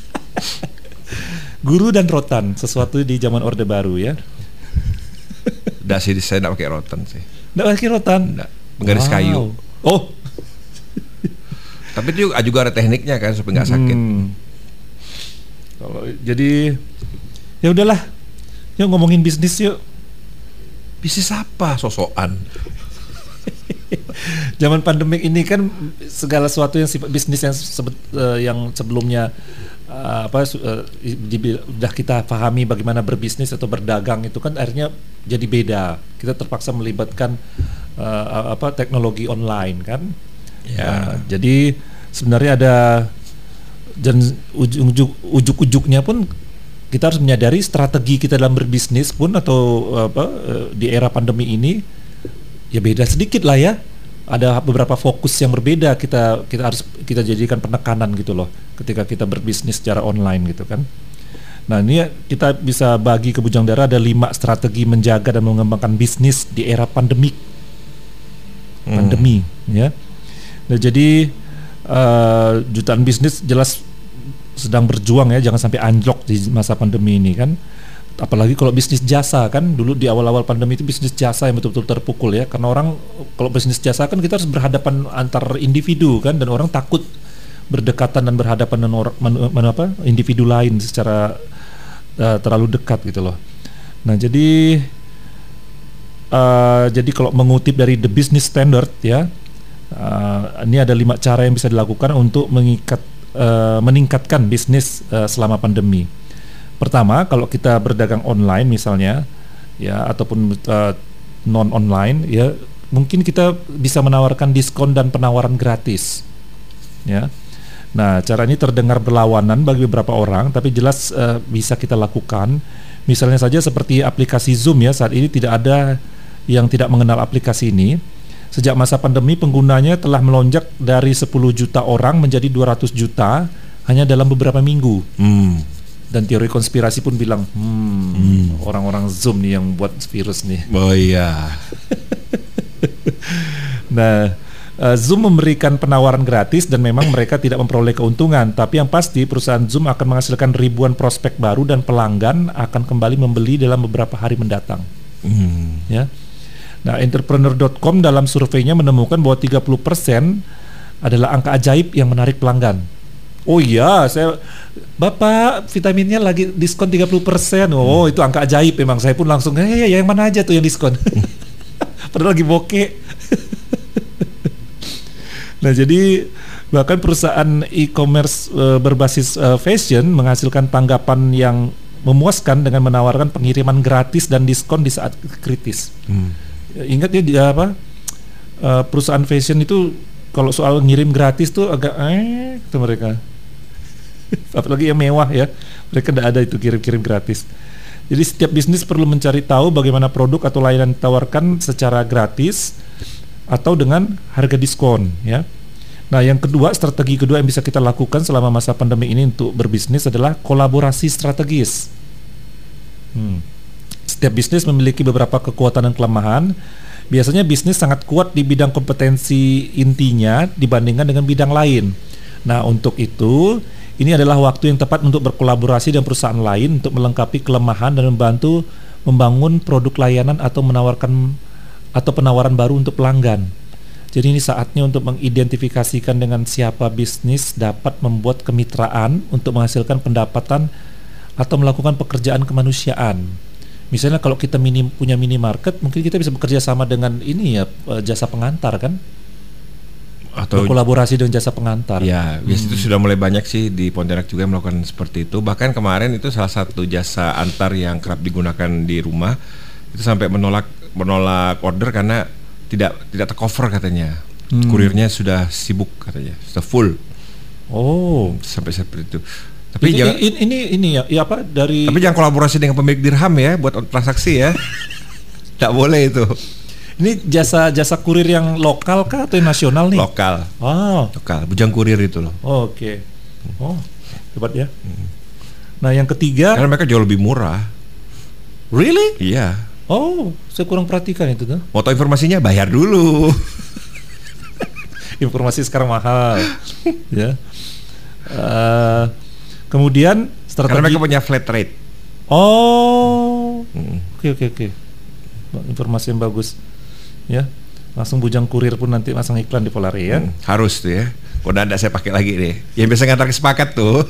Guru dan rotan, sesuatu di zaman Orde Baru ya. Nggak sih, saya nggak pakai rotan sih. Nggak pakai rotan? Nggak. Menggaris kayu. Oh. Tapi itu juga ada tekniknya kan supaya nggak sakit. Kalau jadi ya udahlah. Yuk ngomongin bisnis yuk. Bisnis apa? Sosokan. Zaman pandemik ini kan segala sesuatu yang sifat bisnis yang sebelumnya sudah kita pahami bagaimana berbisnis atau berdagang itu kan akhirnya jadi beda. Kita terpaksa melibatkan teknologi online kan. Ya. Jadi sebenarnya ada Dan ujuk-ujuknya pun kita harus menyadari strategi kita dalam berbisnis pun atau di era pandemi ini ya beda sedikit lah ya. Ada beberapa fokus yang berbeda kita harus kita jadikan penekanan gitu loh ketika kita berbisnis secara online gitu kan. Nah ini kita bisa bagi ke Bujang Dara ada 5 strategi menjaga dan mengembangkan bisnis di era pandemi ya. Nah jadi jutaan bisnis jelas sedang berjuang ya, jangan sampai anjlok di masa pandemi ini kan. Apalagi kalau bisnis jasa kan, dulu di awal-awal pandemi itu bisnis jasa yang betul-betul terpukul ya, karena orang kalau bisnis jasa kan kita harus berhadapan antar individu kan, dan orang takut berdekatan dan berhadapan dengan individu lain secara terlalu dekat gitu loh. Nah jadi kalau mengutip dari The Business Standard ya, ini ada 5 cara yang bisa dilakukan untuk meningkatkan bisnis selama pandemi. Pertama, kalau kita berdagang online misalnya, ya ataupun non online, ya mungkin kita bisa menawarkan diskon dan penawaran gratis, ya. Nah, cara ini terdengar berlawanan bagi beberapa orang, tapi jelas bisa kita lakukan. Misalnya saja seperti aplikasi Zoom ya, saat ini tidak ada yang tidak mengenal aplikasi ini. Sejak masa pandemi, penggunanya telah melonjak dari 10 juta orang menjadi 200 juta hanya dalam beberapa minggu. Dan teori konspirasi pun bilang, orang-orang Zoom nih yang buat virus nih. Oh iya. Nah, Zoom memberikan penawaran gratis dan memang mereka tidak memperoleh keuntungan. Tapi yang pasti perusahaan Zoom akan menghasilkan ribuan prospek baru dan pelanggan akan kembali membeli dalam beberapa hari mendatang. Ya. Nah, entrepreneur.com dalam surveinya menemukan bahwa 30% adalah angka ajaib yang menarik pelanggan. Oh iya, Bapak vitaminnya lagi diskon 30%. Oh, itu angka ajaib memang. Saya pun langsung, yang mana aja tuh yang diskon? Padahal lagi bokeh. Nah, jadi bahkan perusahaan e-commerce berbasis fashion menghasilkan tanggapan yang memuaskan dengan menawarkan pengiriman gratis dan diskon di saat kritis. Ingat ya perusahaan fashion itu kalau soal ngirim gratis tuh agak kata mereka. Apalagi yang mewah ya, mereka tidak ada itu kirim-kirim gratis. Jadi setiap bisnis perlu mencari tahu bagaimana produk atau layanan ditawarkan secara gratis atau dengan harga diskon ya. Nah, yang kedua, strategi kedua yang bisa kita lakukan selama masa pandemi ini untuk berbisnis adalah kolaborasi strategis. Setiap bisnis memiliki beberapa kekuatan dan kelemahan. Biasanya bisnis sangat kuat di bidang kompetensi intinya dibandingkan dengan bidang lain. Nah, untuk itu ini adalah waktu yang tepat untuk berkolaborasi dengan perusahaan lain untuk melengkapi kelemahan dan membantu membangun produk layanan atau penawaran baru untuk pelanggan. Jadi ini saatnya untuk mengidentifikasikan dengan siapa bisnis dapat membuat kemitraan untuk menghasilkan pendapatan atau melakukan pekerjaan kemanusiaan. Misalnya kalau kita punya minimarket, mungkin kita bisa bekerja sama dengan ini ya, jasa pengantar kan? Atau berkolaborasi dengan jasa pengantar. Ya, itu sudah mulai banyak sih di Pontianak juga yang melakukan seperti itu. Bahkan kemarin itu salah satu jasa antar yang kerap digunakan di rumah itu sampai menolak order karena tidak tercover katanya. Kurirnya sudah sibuk katanya, sudah full. Oh, sampai seperti itu. Tapi ini ya apa dari. Tapi jangan kolaborasi dengan pemilik dirham ya buat transaksi ya. Tak boleh itu. Ini jasa kurir yang lokal kah atau yang nasional nih? Lokal. Oh, lokal. Bujang Kurir itu loh. Oh, oke. Oh, hebat ya. Nah, yang ketiga. Karena mereka jauh lebih murah. Really? Iya. Oh, saya kurang perhatikan itu tuh. Mau tahu informasinya bayar dulu. Informasi sekarang mahal. Ya. Kemudian strategi. Karena mereka punya flat rate. Oh. Oke. Informasi yang bagus. Ya, langsung Bujang Kurir pun nanti masang iklan di Polari ya. Harus tuh ya. Kode Anda saya pakai lagi deh. Yang biasa ngantar sepakat tuh.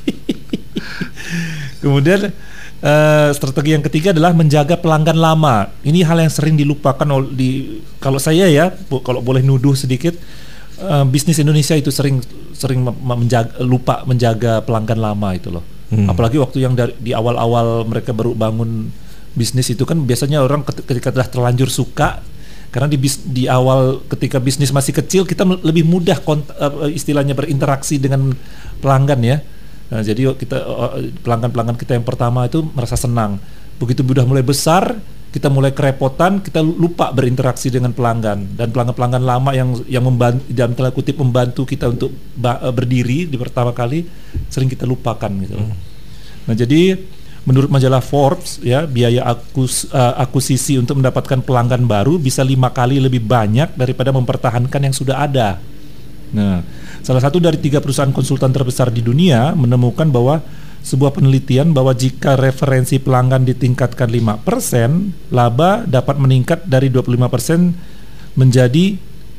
Kemudian strategi yang ketiga adalah menjaga pelanggan lama. Ini hal yang sering dilupakan kalau saya ya, kalau boleh nuduh sedikit, bisnis Indonesia itu sering lupa menjaga pelanggan lama itu loh. Apalagi waktu yang di awal-awal mereka baru bangun bisnis itu kan biasanya orang ketika telah terlanjur suka, Karena di awal ketika bisnis masih kecil kita lebih mudah istilahnya berinteraksi dengan pelanggan ya. Nah, jadi kita pelanggan-pelanggan kita yang pertama itu merasa senang. Begitu udah mulai besar, kita mulai kerepotan, kita lupa berinteraksi dengan pelanggan, dan pelanggan-pelanggan lama yang membantu, dalam tanda kutip membantu kita untuk berdiri di pertama kali, sering kita lupakan gitu. Nah, jadi menurut majalah Forbes ya, biaya akuisisi untuk mendapatkan pelanggan baru bisa 5 kali lebih banyak daripada mempertahankan yang sudah ada. Nah, salah satu dari 3 perusahaan konsultan terbesar di dunia menemukan bahwa sebuah penelitian bahwa jika referensi pelanggan ditingkatkan 5%, laba dapat meningkat dari 25% menjadi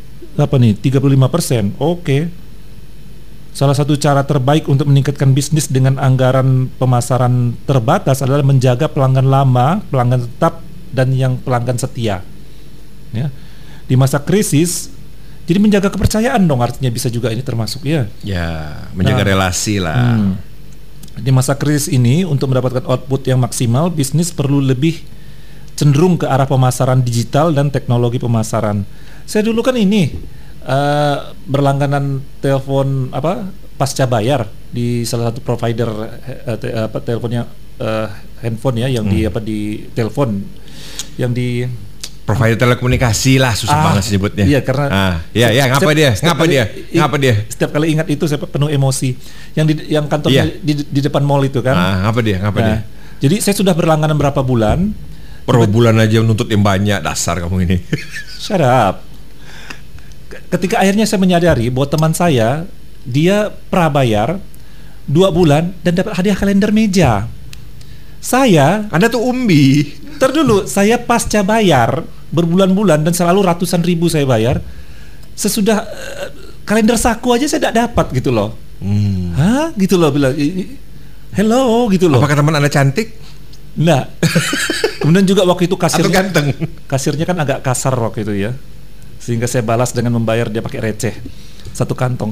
35%. Oke. Salah satu cara terbaik untuk meningkatkan bisnis dengan anggaran pemasaran terbatas adalah menjaga pelanggan lama, pelanggan tetap, dan yang pelanggan setia. Ya. Di masa krisis, jadi menjaga kepercayaan dong, artinya bisa juga ini termasuk ya. Ya, menjaga relasi lah. Di masa krisis ini, untuk mendapatkan output yang maksimal, bisnis perlu lebih cenderung ke arah pemasaran digital dan teknologi pemasaran. Saya dulu kan berlangganan telepon pasca bayar di salah satu provider teleponnya handphone ya, yang di telepon yang di provider telekomunikasi lah, susah banget sih nyebutnya. Iya, karena ngapa dia? Setiap kali ingat itu saya penuh emosi. Yang kantornya di depan mall itu kan. Ngapa dia? Jadi saya sudah berlangganan berapa bulan? Berapa bulan aja menuntut yang banyak, dasar kamu ini. Shut up. Ketika akhirnya saya menyadari bahwa teman saya, dia prabayar 2 bulan dan dapat hadiah kalender meja. Anda tuh umbi. Dulu, saya pasca bayar berbulan-bulan dan selalu ratusan ribu saya bayar. Sesudah kalender saku aja saya tidak dapat gitu loh. Hah? Gitu loh, bilang hello gitu loh. Apakah teman Anda cantik? Nah. Kemudian juga waktu itu atau ganteng. Kasirnya kan agak kasar waktu itu ya. Sehingga saya balas dengan membayar dia pakai receh 1 kantong.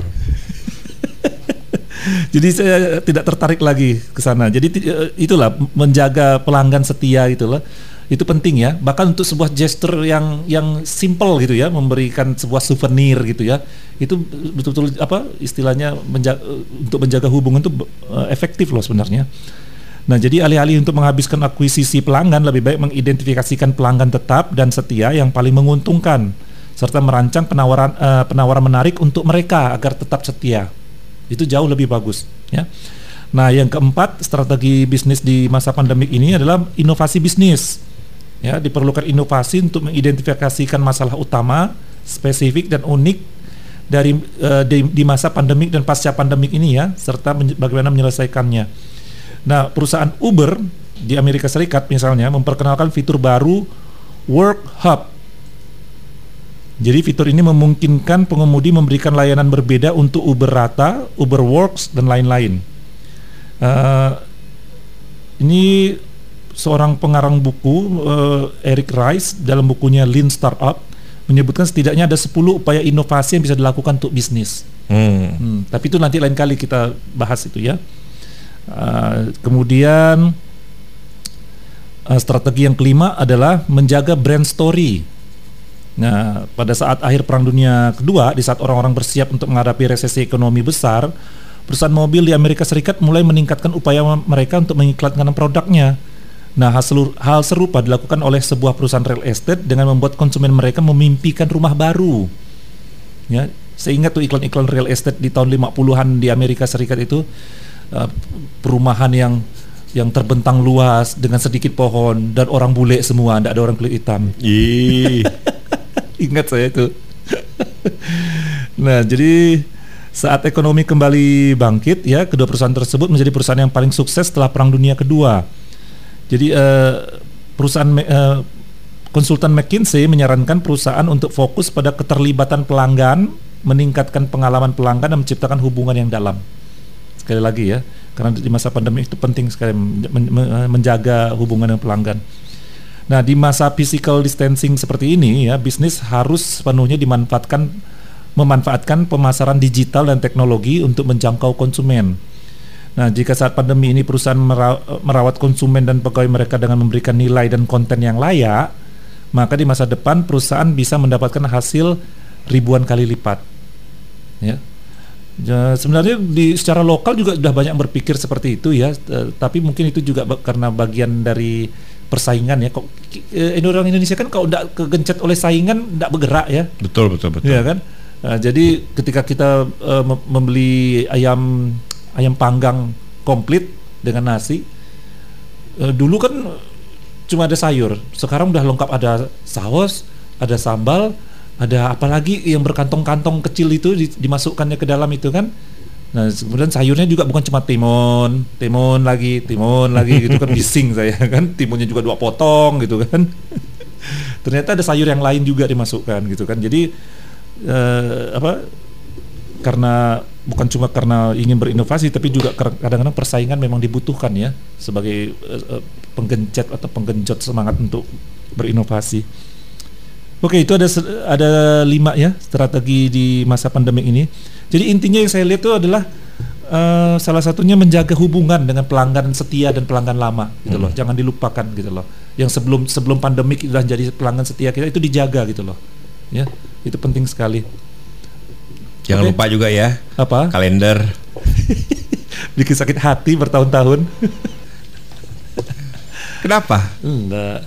Jadi saya tidak tertarik lagi ke sana. Jadi itulah, menjaga pelanggan setia itulah. Itu penting ya. Bahkan untuk sebuah gesture yang simple gitu ya, memberikan sebuah souvenir gitu ya. Itu betul-betul istilahnya untuk menjaga hubungan itu efektif loh sebenarnya. Nah, jadi alih-alih untuk menghabiskan akuisisi pelanggan, lebih baik mengidentifikasikan pelanggan tetap dan setia yang paling menguntungkan, serta merancang penawaran menarik untuk mereka agar tetap setia. Itu jauh lebih bagus, ya. Nah, yang keempat, strategi bisnis di masa pandemik ini adalah inovasi bisnis. Ya, diperlukan inovasi untuk mengidentifikasikan masalah utama, spesifik dan unik di masa pandemik dan pasca pandemik ini ya, serta bagaimana menyelesaikannya. Nah, perusahaan Uber di Amerika Serikat misalnya memperkenalkan fitur baru Work Hub. Jadi fitur ini memungkinkan pengemudi memberikan layanan berbeda untuk Uber Rata, Uber Works, dan lain-lain. Ini seorang pengarang buku, Eric Rice, dalam bukunya Lean Startup menyebutkan setidaknya ada 10 upaya inovasi yang bisa dilakukan untuk bisnis. Tapi itu nanti lain kali kita bahas itu ya. Kemudian strategi yang kelima adalah menjaga brand story. Nah, pada saat akhir Perang Dunia Kedua, di saat orang-orang bersiap untuk menghadapi resesi ekonomi besar, perusahaan mobil di Amerika Serikat mulai meningkatkan upaya mereka untuk mengiklankan produknya. Nah, hal serupa dilakukan oleh sebuah perusahaan real estate dengan membuat konsumen mereka memimpikan rumah baru. Ya, saya ingat tuh iklan-iklan real estate di tahun 50-an di Amerika Serikat itu. Perumahan yang terbentang luas dengan sedikit pohon dan orang bule semua, tidak ada orang kulit hitam. Ingat saya itu. Nah, jadi saat ekonomi kembali bangkit ya, kedua perusahaan tersebut menjadi perusahaan yang paling sukses setelah Perang Dunia Kedua. Jadi perusahaan konsultan McKinsey menyarankan perusahaan untuk fokus pada keterlibatan pelanggan, meningkatkan pengalaman pelanggan dan menciptakan hubungan yang dalam. Sekali lagi ya, karena di masa pandemi itu penting sekali menjaga hubungan dengan pelanggan. Nah, di masa physical distancing seperti ini ya, bisnis harus sepenuhnya memanfaatkan pemasaran digital dan teknologi untuk menjangkau konsumen. Nah, jika saat pandemi ini perusahaan merawat konsumen dan pegawai mereka dengan memberikan nilai dan konten yang layak, maka di masa depan perusahaan bisa mendapatkan hasil ribuan kali lipat. Ya. Sebenarnya secara lokal juga sudah banyak berpikir seperti itu ya, tapi mungkin itu juga karena bagian dari persaingan ya. Kok orang Indonesia kan kalau tidak kegencet oleh saingan tidak bergerak ya. Betul. Ya kan. Jadi ketika kita membeli ayam panggang komplit dengan nasi, dulu kan cuma ada sayur, sekarang udah lengkap, ada saus, ada sambal, ada apalagi yang berkantong-kantong kecil itu dimasukkannya ke dalam itu kan. Nah kemudian sayurnya juga bukan cuma timun lagi gitu kan, bising saya kan, timunnya juga 2 potong gitu kan. Ternyata ada sayur yang lain juga dimasukkan gitu kan. Jadi karena bukan cuma karena ingin berinovasi, tapi juga kadang-kadang persaingan memang dibutuhkan ya sebagai penggencet atau penggenjot semangat untuk berinovasi. Oke, itu ada 5 ya strategi di masa pandemi ini. Jadi intinya yang saya lihat itu adalah salah satunya menjaga hubungan dengan pelanggan setia dan pelanggan lama gitu loh. Jangan dilupakan gitu loh. Yang sebelum pandemi sudah jadi pelanggan setia kita itu dijaga gitu loh. Ya, itu penting sekali. Jangan lupa juga ya. Apa? Kalender. Bikin sakit hati bertahun-tahun. Kenapa? Enggak.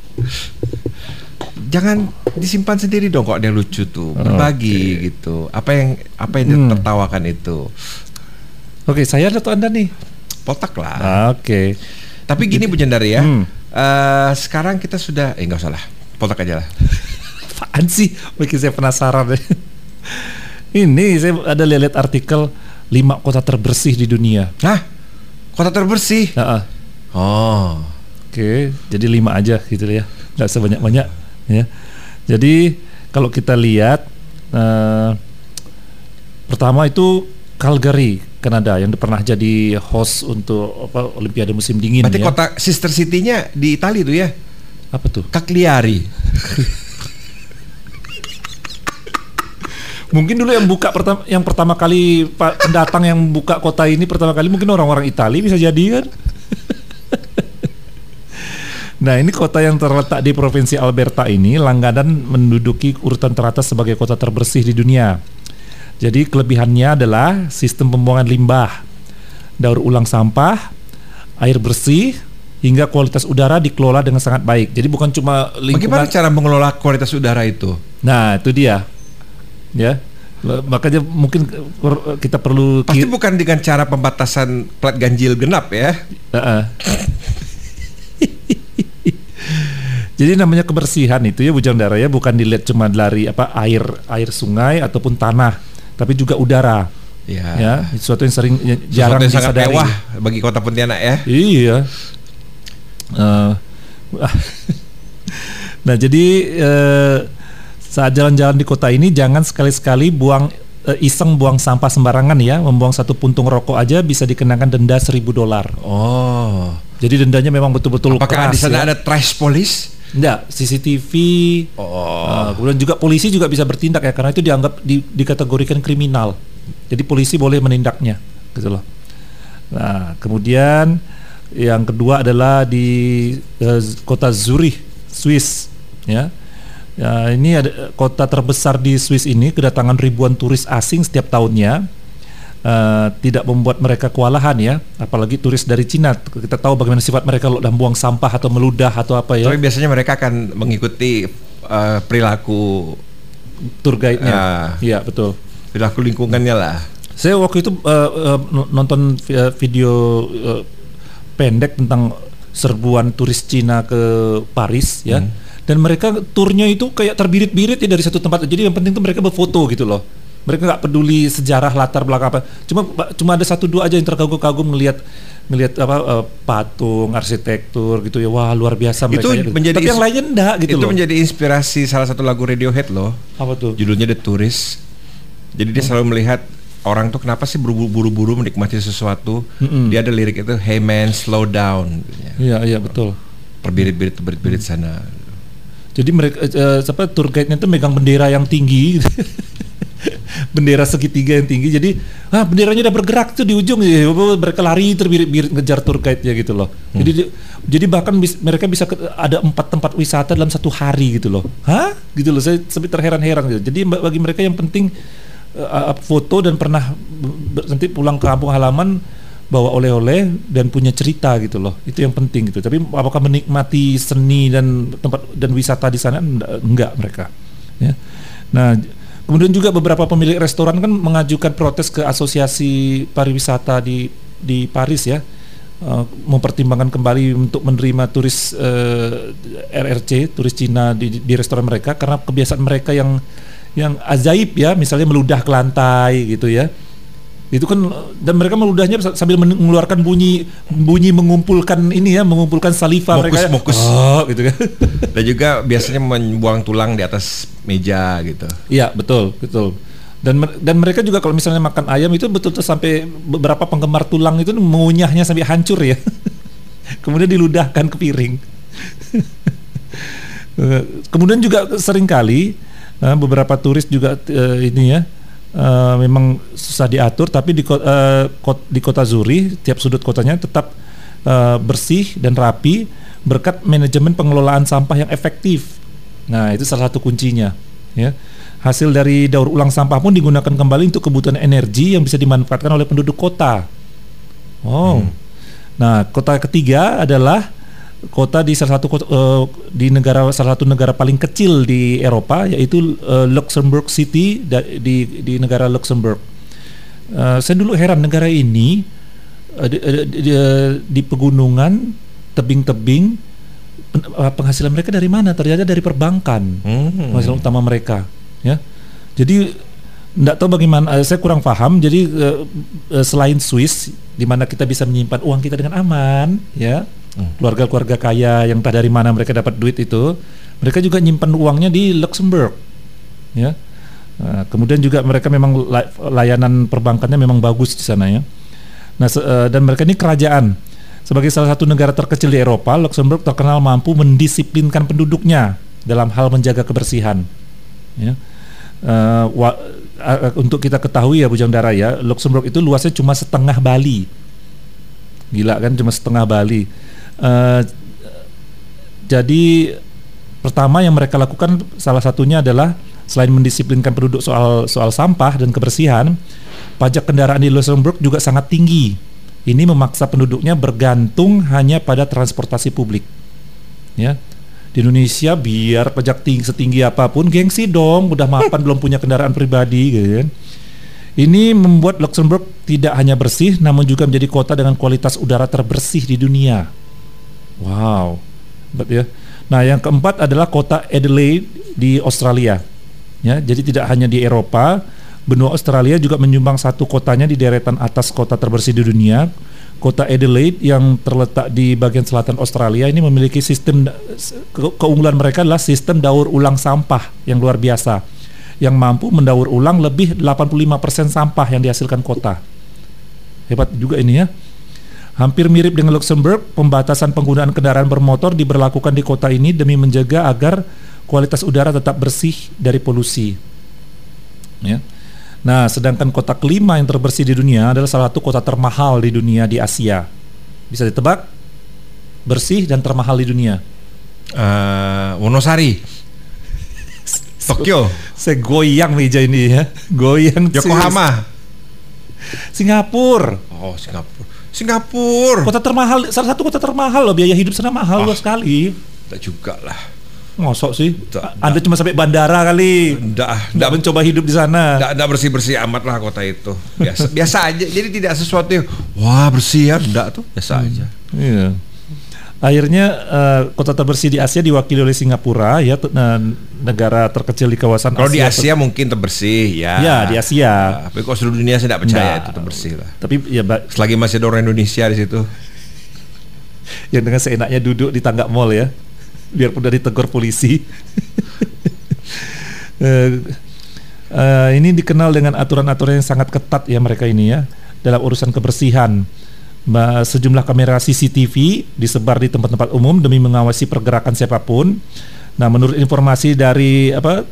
Jangan disimpan sendiri dong, kok ada yang lucu tuh. Berbagi gitu. Apa yang ditertawakan itu. Oke, saya atau Anda nih? Potak lah. Oke. Tapi gini Bu Jandari ya. Sekarang kita sudah enggak usah lah. Potak aja lah. Apaan sih? Bikin saya penasaran deh. Ini saya ada lihat artikel 5 kota terbersih di dunia. Hah? Kota terbersih? Oh. Oke, jadi 5 aja gitu ya. Nggak sebanyak-banyak ya. Jadi kalau kita lihat pertama itu Calgary, Kanada, yang pernah jadi host untuk Olimpiade musim dingin. Berarti ya. kota sister city-nya di Italia tuh ya? Apa tuh? Cagliari. Mungkin dulu yang pertama kali pendatang yang buka kota ini pertama kali mungkin orang-orang Italia, bisa jadi kan. Nah, ini kota yang terletak di provinsi Alberta ini langganan menduduki urutan teratas sebagai kota terbersih di dunia. Jadi kelebihannya adalah sistem pembuangan limbah, daur ulang sampah, air bersih, hingga kualitas udara dikelola dengan sangat baik. Jadi bukan cuma lingkungan. Bagaimana cara mengelola kualitas udara itu? Nah, itu dia. Ya, makanya mungkin kita perlu. Pasti bukan dengan cara pembatasan plat ganjil genap ya. Jadi namanya kebersihan itu ya Bu Jandara ya, bukan dilihat cuma dari air sungai ataupun tanah, tapi juga udara. Ya, sesuatu yang jarang disadari. Mewah bagi kota Pontianak ya. Iya. Nah, jadi saat jalan-jalan di kota ini jangan sekali-sekali iseng buang sampah sembarangan ya. Membuang 1 puntung rokok aja bisa dikenakan denda $1,000. Oh. Jadi dendanya memang betul-betul apakah keras. Di sana ya. ada trash police? Enggak, CCTV. Kemudian juga polisi juga bisa bertindak ya, karena itu dianggap dikategorikan kriminal. Jadi polisi boleh menindaknya, gitu loh. Nah, kemudian yang kedua adalah di kota Zurich, Swiss, ya. Ya, ini ada kota terbesar di Swiss ini, kedatangan ribuan turis asing setiap tahunnya. Tidak membuat mereka kewalahan ya, apalagi turis dari Cina. Kita tahu bagaimana sifat mereka kalau udah buang sampah atau meludah atau apa ya. Tapi biasanya mereka akan mengikuti perilaku tour guide-nya. Iya, betul. Perilaku lingkungannya lah. Saya waktu itu nonton video pendek tentang serbuan turis Cina ke Paris ya. Dan mereka turnya itu kayak terbirit-birit ya dari satu tempat. Jadi yang penting tuh mereka berfoto gitu loh. Mereka nggak peduli sejarah latar belakang apa. Cuma ada 1-2 aja yang terkagum-kagum ngelihat patung, arsitektur gitu ya. Wah, luar biasa mereka. Itu gitu. menjadi tapi yang lainnya enggak gitu itu loh. menjadi inspirasi salah satu lagu Radiohead loh. Apa tuh? Judulnya The Tourist. Jadi dia selalu melihat orang tuh kenapa sih buru-buru menikmati sesuatu. Dia ada lirik itu, "Hey man, slow down." Iya betul. Terbirit-birit sana. Jadi mereka tour guide-nya tuh megang bendera yang tinggi. bendera segitiga yang tinggi. Jadi benderanya udah bergerak tuh di ujung, mereka lari terbirit-birit ngejar tour guide-nya gitu loh. Jadi bahkan mereka bisa ada 4 tempat wisata dalam satu hari gitu loh. Gitu loh, saya sampai terheran-heran gitu. Jadi bagi mereka yang penting foto dan pernah nanti pulang ke kampung halaman bawa oleh-oleh dan punya cerita gitu loh, itu yang penting gitu. Tapi apakah menikmati seni dan tempat dan wisata di sana? Enggak mereka. Ya. Nah, kemudian juga beberapa pemilik restoran kan mengajukan protes ke asosiasi pariwisata di Paris ya, mempertimbangkan kembali untuk menerima turis RRC, turis Cina di restoran mereka karena kebiasaan mereka yang ajaib ya, misalnya meludah ke lantai gitu ya. Itu kan, dan mereka meludahnya sambil mengeluarkan bunyi mengumpulkan saliva mokus, mereka gitu kan. Dan juga biasanya membuang tulang di atas meja gitu. Iya, betul. Dan mereka juga kalau misalnya makan ayam itu betul sampai beberapa penggemar tulang itu mengunyahnya sampai hancur ya. Kemudian diludahkan ke piring. Kemudian juga seringkali beberapa turis juga memang susah diatur, tapi di kota Zurich tiap sudut kotanya tetap bersih dan rapi berkat manajemen pengelolaan sampah yang efektif. Nah, itu salah satu kuncinya ya. Hasil dari daur ulang sampah pun digunakan kembali untuk kebutuhan energi yang bisa dimanfaatkan oleh penduduk kota. Nah, kota ketiga adalah kota di salah satu negara paling kecil di Eropa, yaitu Luxembourg City di negara Luxembourg. Saya dulu heran, negara ini di pegunungan, tebing-tebing, penghasilan mereka dari mana? Ternyata dari perbankan, penghasilan utama mereka. Ya, jadi nggak tahu bagaimana. Saya kurang paham. Jadi selain Swiss, di mana kita bisa menyimpan uang kita dengan aman, ya. Keluarga-keluarga kaya yang entah dari mana mereka dapat duit itu, mereka juga nyimpan uangnya di Luxembourg, ya. Nah, kemudian juga mereka memang layanan perbankannya memang bagus di sana ya. Nah, dan mereka ini kerajaan. Sebagai salah satu negara terkecil di Eropa, Luxembourg terkenal mampu mendisiplinkan penduduknya dalam hal menjaga kebersihan. Ya. Untuk kita ketahui ya, Bujang Dara ya, Luxembourg itu luasnya cuma setengah Bali. Gila kan, cuma setengah Bali. Jadi pertama yang mereka lakukan salah satunya adalah selain mendisiplinkan penduduk soal sampah dan kebersihan, pajak kendaraan di Luxembourg juga sangat tinggi. Ini memaksa penduduknya bergantung hanya pada transportasi publik. Ya. Di Indonesia biar pajak setinggi apapun gengsi dong, udah mapan belum punya kendaraan pribadi gitu kan. Ini membuat Luxembourg tidak hanya bersih, namun juga menjadi kota dengan kualitas udara terbersih di dunia. Wow, hebat ya. Nah, yang keempat adalah kota Adelaide di Australia. Ya, jadi tidak hanya di Eropa, benua Australia juga menyumbang satu kotanya di deretan atas kota terbersih di dunia. Kota Adelaide yang terletak di bagian selatan Australia ini memiliki sistem keunggulan mereka adalah sistem daur ulang sampah yang luar biasa, yang mampu mendaur ulang lebih 85% sampah yang dihasilkan kota. Hebat juga ini ya. Hampir mirip dengan Luxembourg, pembatasan penggunaan kendaraan bermotor diberlakukan di kota ini demi menjaga agar kualitas udara tetap bersih dari polusi. Ya. Nah, sedangkan kota kelima yang terbersih di dunia adalah salah satu kota termahal di dunia di Asia. Bisa ditebak? Bersih dan termahal di dunia. Wonosari. Tokyo. Saya goyang meja ini ya. Goyang. Yokohama. Singapura. Oh, Singapura. Kota termahal, salah satu kota termahal loh, biaya hidup sana mahal loh sekali. Tidak juga lah. Ngosok sih. Anda cuma sampai bandara kali. Enggak mencoba hidup di sana. Enggak bersih-bersih amat lah kota itu. Biasa aja. Jadi tidak sesuatu yang wah bersih ya, enggak tuh, biasa aja. Iya. Akhirnya kota terbersih di Asia diwakili oleh Singapura ya, negara terkecil di kawasan Asia. Kalau di Asia mungkin mungkin terbersih ya. Ya, di Asia. Tapi kalau seluruh dunia saya tidak percaya itu terbersih lah. Tapi ya selagi masih ada orang Indonesia di situ yang dengan seenaknya duduk di tangga mall ya, biarpun udah ditegur polisi. Ini dikenal dengan aturan-aturan yang sangat ketat ya mereka ini ya dalam urusan kebersihan. Sejumlah kamera CCTV disebar di tempat-tempat umum demi mengawasi pergerakan siapapun. Nah, menurut informasi dari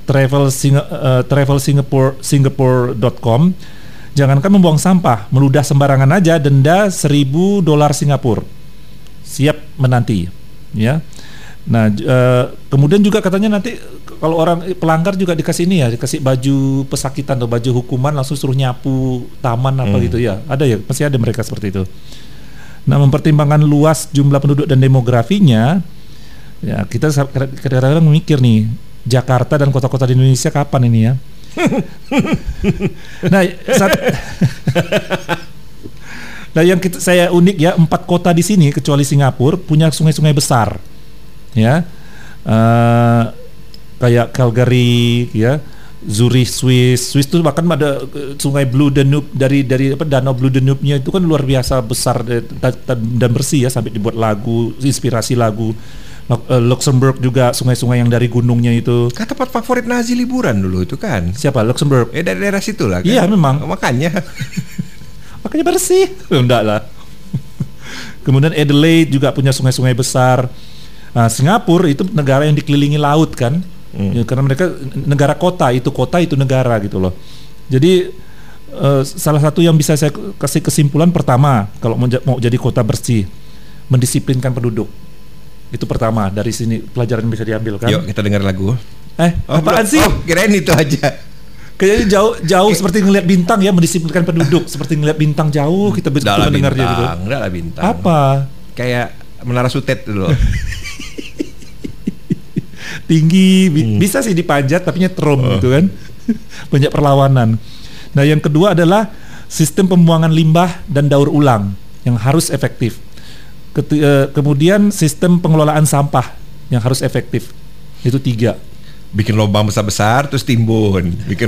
Singapore.com, jangankan membuang sampah, meludah sembarangan aja denda $1.000 Singapura. Siap menanti, ya. Nah, kemudian juga katanya nanti kalau orang pelanggar juga dikasih ini ya, dikasih baju pesakitan atau baju hukuman, langsung suruh nyapu taman apa gitu ya. Ada ya, pasti ada mereka seperti itu. Nah, mempertimbangkan luas jumlah penduduk dan demografinya, ya kita kadang-kadang memikir nih, Jakarta dan kota-kota di Indonesia kapan ini ya? Nah, yang saya unik ya, 4 kota di sini kecuali Singapura punya sungai-sungai besar, ya, kayak Calgary, ya, Zurich, Swiss itu bahkan ada sungai Blue Danube dari danau Blue Danube-nya itu kan luar biasa besar dan bersih ya, sampai dibuat lagu, inspirasi lagu. Luxembourg juga sungai-sungai yang dari gunungnya itu. Kan tempat favorit Nazi liburan dulu itu kan. Siapa? Luxembourg? Dari daerah situ lah kan. Iya memang. Makanya bersih. Enggak lah. Kemudian Adelaide juga punya sungai-sungai besar. Nah, Singapura itu negara yang dikelilingi laut kan. Ya, karena mereka negara kota itu negara gitu loh. Jadi salah satu yang bisa saya kasih kesimpulan pertama, kalau mau jadi kota bersih, mendisiplinkan penduduk. Itu pertama, dari sini pelajaran bisa diambil kan. Yuk kita dengar lagu. Apaan sih? Oh, kirain itu aja. Kayaknya jauh seperti ngelihat bintang ya, mendisiplinkan penduduk. Seperti ngelihat bintang jauh, kita bisa mendengarnya gitu. Enggak lah bintang. Apa? Kayak Menara Sutet dulu. Tinggi, bisa sih dipanjat tapi nyetrum gitu kan. Banyak perlawanan. Nah, yang kedua adalah sistem pembuangan limbah dan daur ulang yang harus efektif. Kemudian sistem pengelolaan sampah yang harus efektif. Itu 3. Bikin lubang besar-besar terus timbun.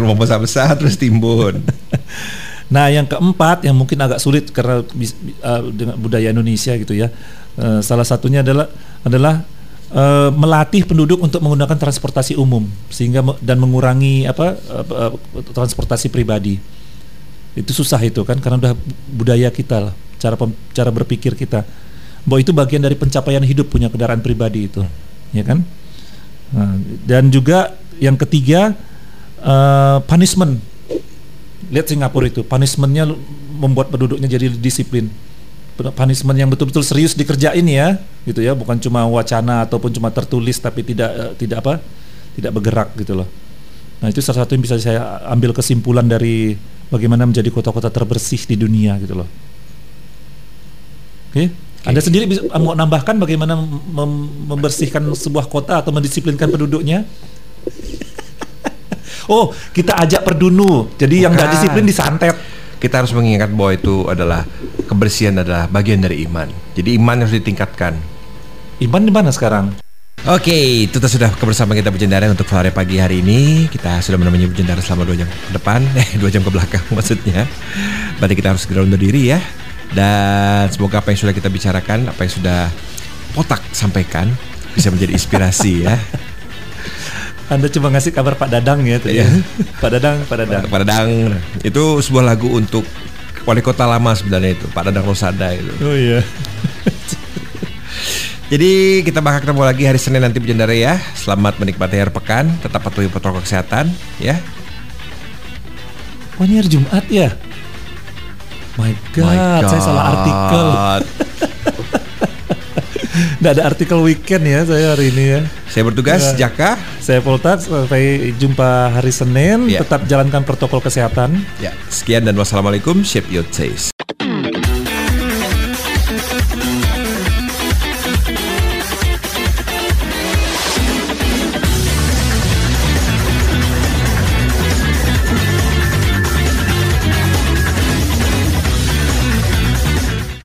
Nah, yang keempat yang mungkin agak sulit karena dengan budaya Indonesia gitu ya. Salah satunya adalah melatih penduduk untuk menggunakan transportasi umum sehingga dan mengurangi transportasi pribadi. Itu susah itu kan karena udah budaya kita lah, cara berpikir kita. Bahwa itu bagian dari pencapaian hidup punya kendaraan pribadi itu, ya kan? Nah, dan juga yang ketiga punishment. Lihat Singapura itu, punishmentnya membuat penduduknya jadi disiplin. Punishment yang betul-betul serius dikerjain ya, gitu ya, bukan cuma wacana ataupun cuma tertulis tapi tidak bergerak gitu loh. Nah, itu salah satu yang bisa saya ambil kesimpulan dari bagaimana menjadi kota-kota terbersih di dunia gitu loh. Oke. Anda sendiri mau nambahkan bagaimana membersihkan sebuah kota atau mendisiplinkan penduduknya? Oh, kita ajak perdunu. Jadi yang nggak disiplin disantet. Kita harus mengingat bahwa itu adalah kebersihan adalah bagian dari iman. Jadi iman harus ditingkatkan. Iman di mana sekarang? Oke, itu sudah kebersamaan kita berjendara untuk sore pagi hari ini. Kita sudah menemani berjendara selama 2 jam ke depan, 2 jam ke belakang maksudnya. Berarti kita harus segera undur diri ya. Dan semoga apa yang sudah kita bicarakan, apa yang sudah Potak sampaikan bisa menjadi inspirasi ya. Anda cuma ngasih kabar Pak Dadang ya tadi. Iya. Pak Dadang. Itu sebuah lagu untuk wali kota lama sebenarnya itu, Pak Dadang Rosada itu. Oh iya. Jadi kita bakal ketemu lagi hari Senin nanti berjendara ya. Selamat menikmati akhir pekan, tetap patuhi protokol kesehatan ya. Oh, ini hari Jumat ya? My God, saya salah artikel. Nggak ada artikel weekend ya saya hari ini ya. Saya bertugas, Jaka. Saya Poltak, sampai jumpa hari Senin. Ya. Tetap jalankan protokol kesehatan. Ya, sekian dan wassalamualaikum. Shape your taste.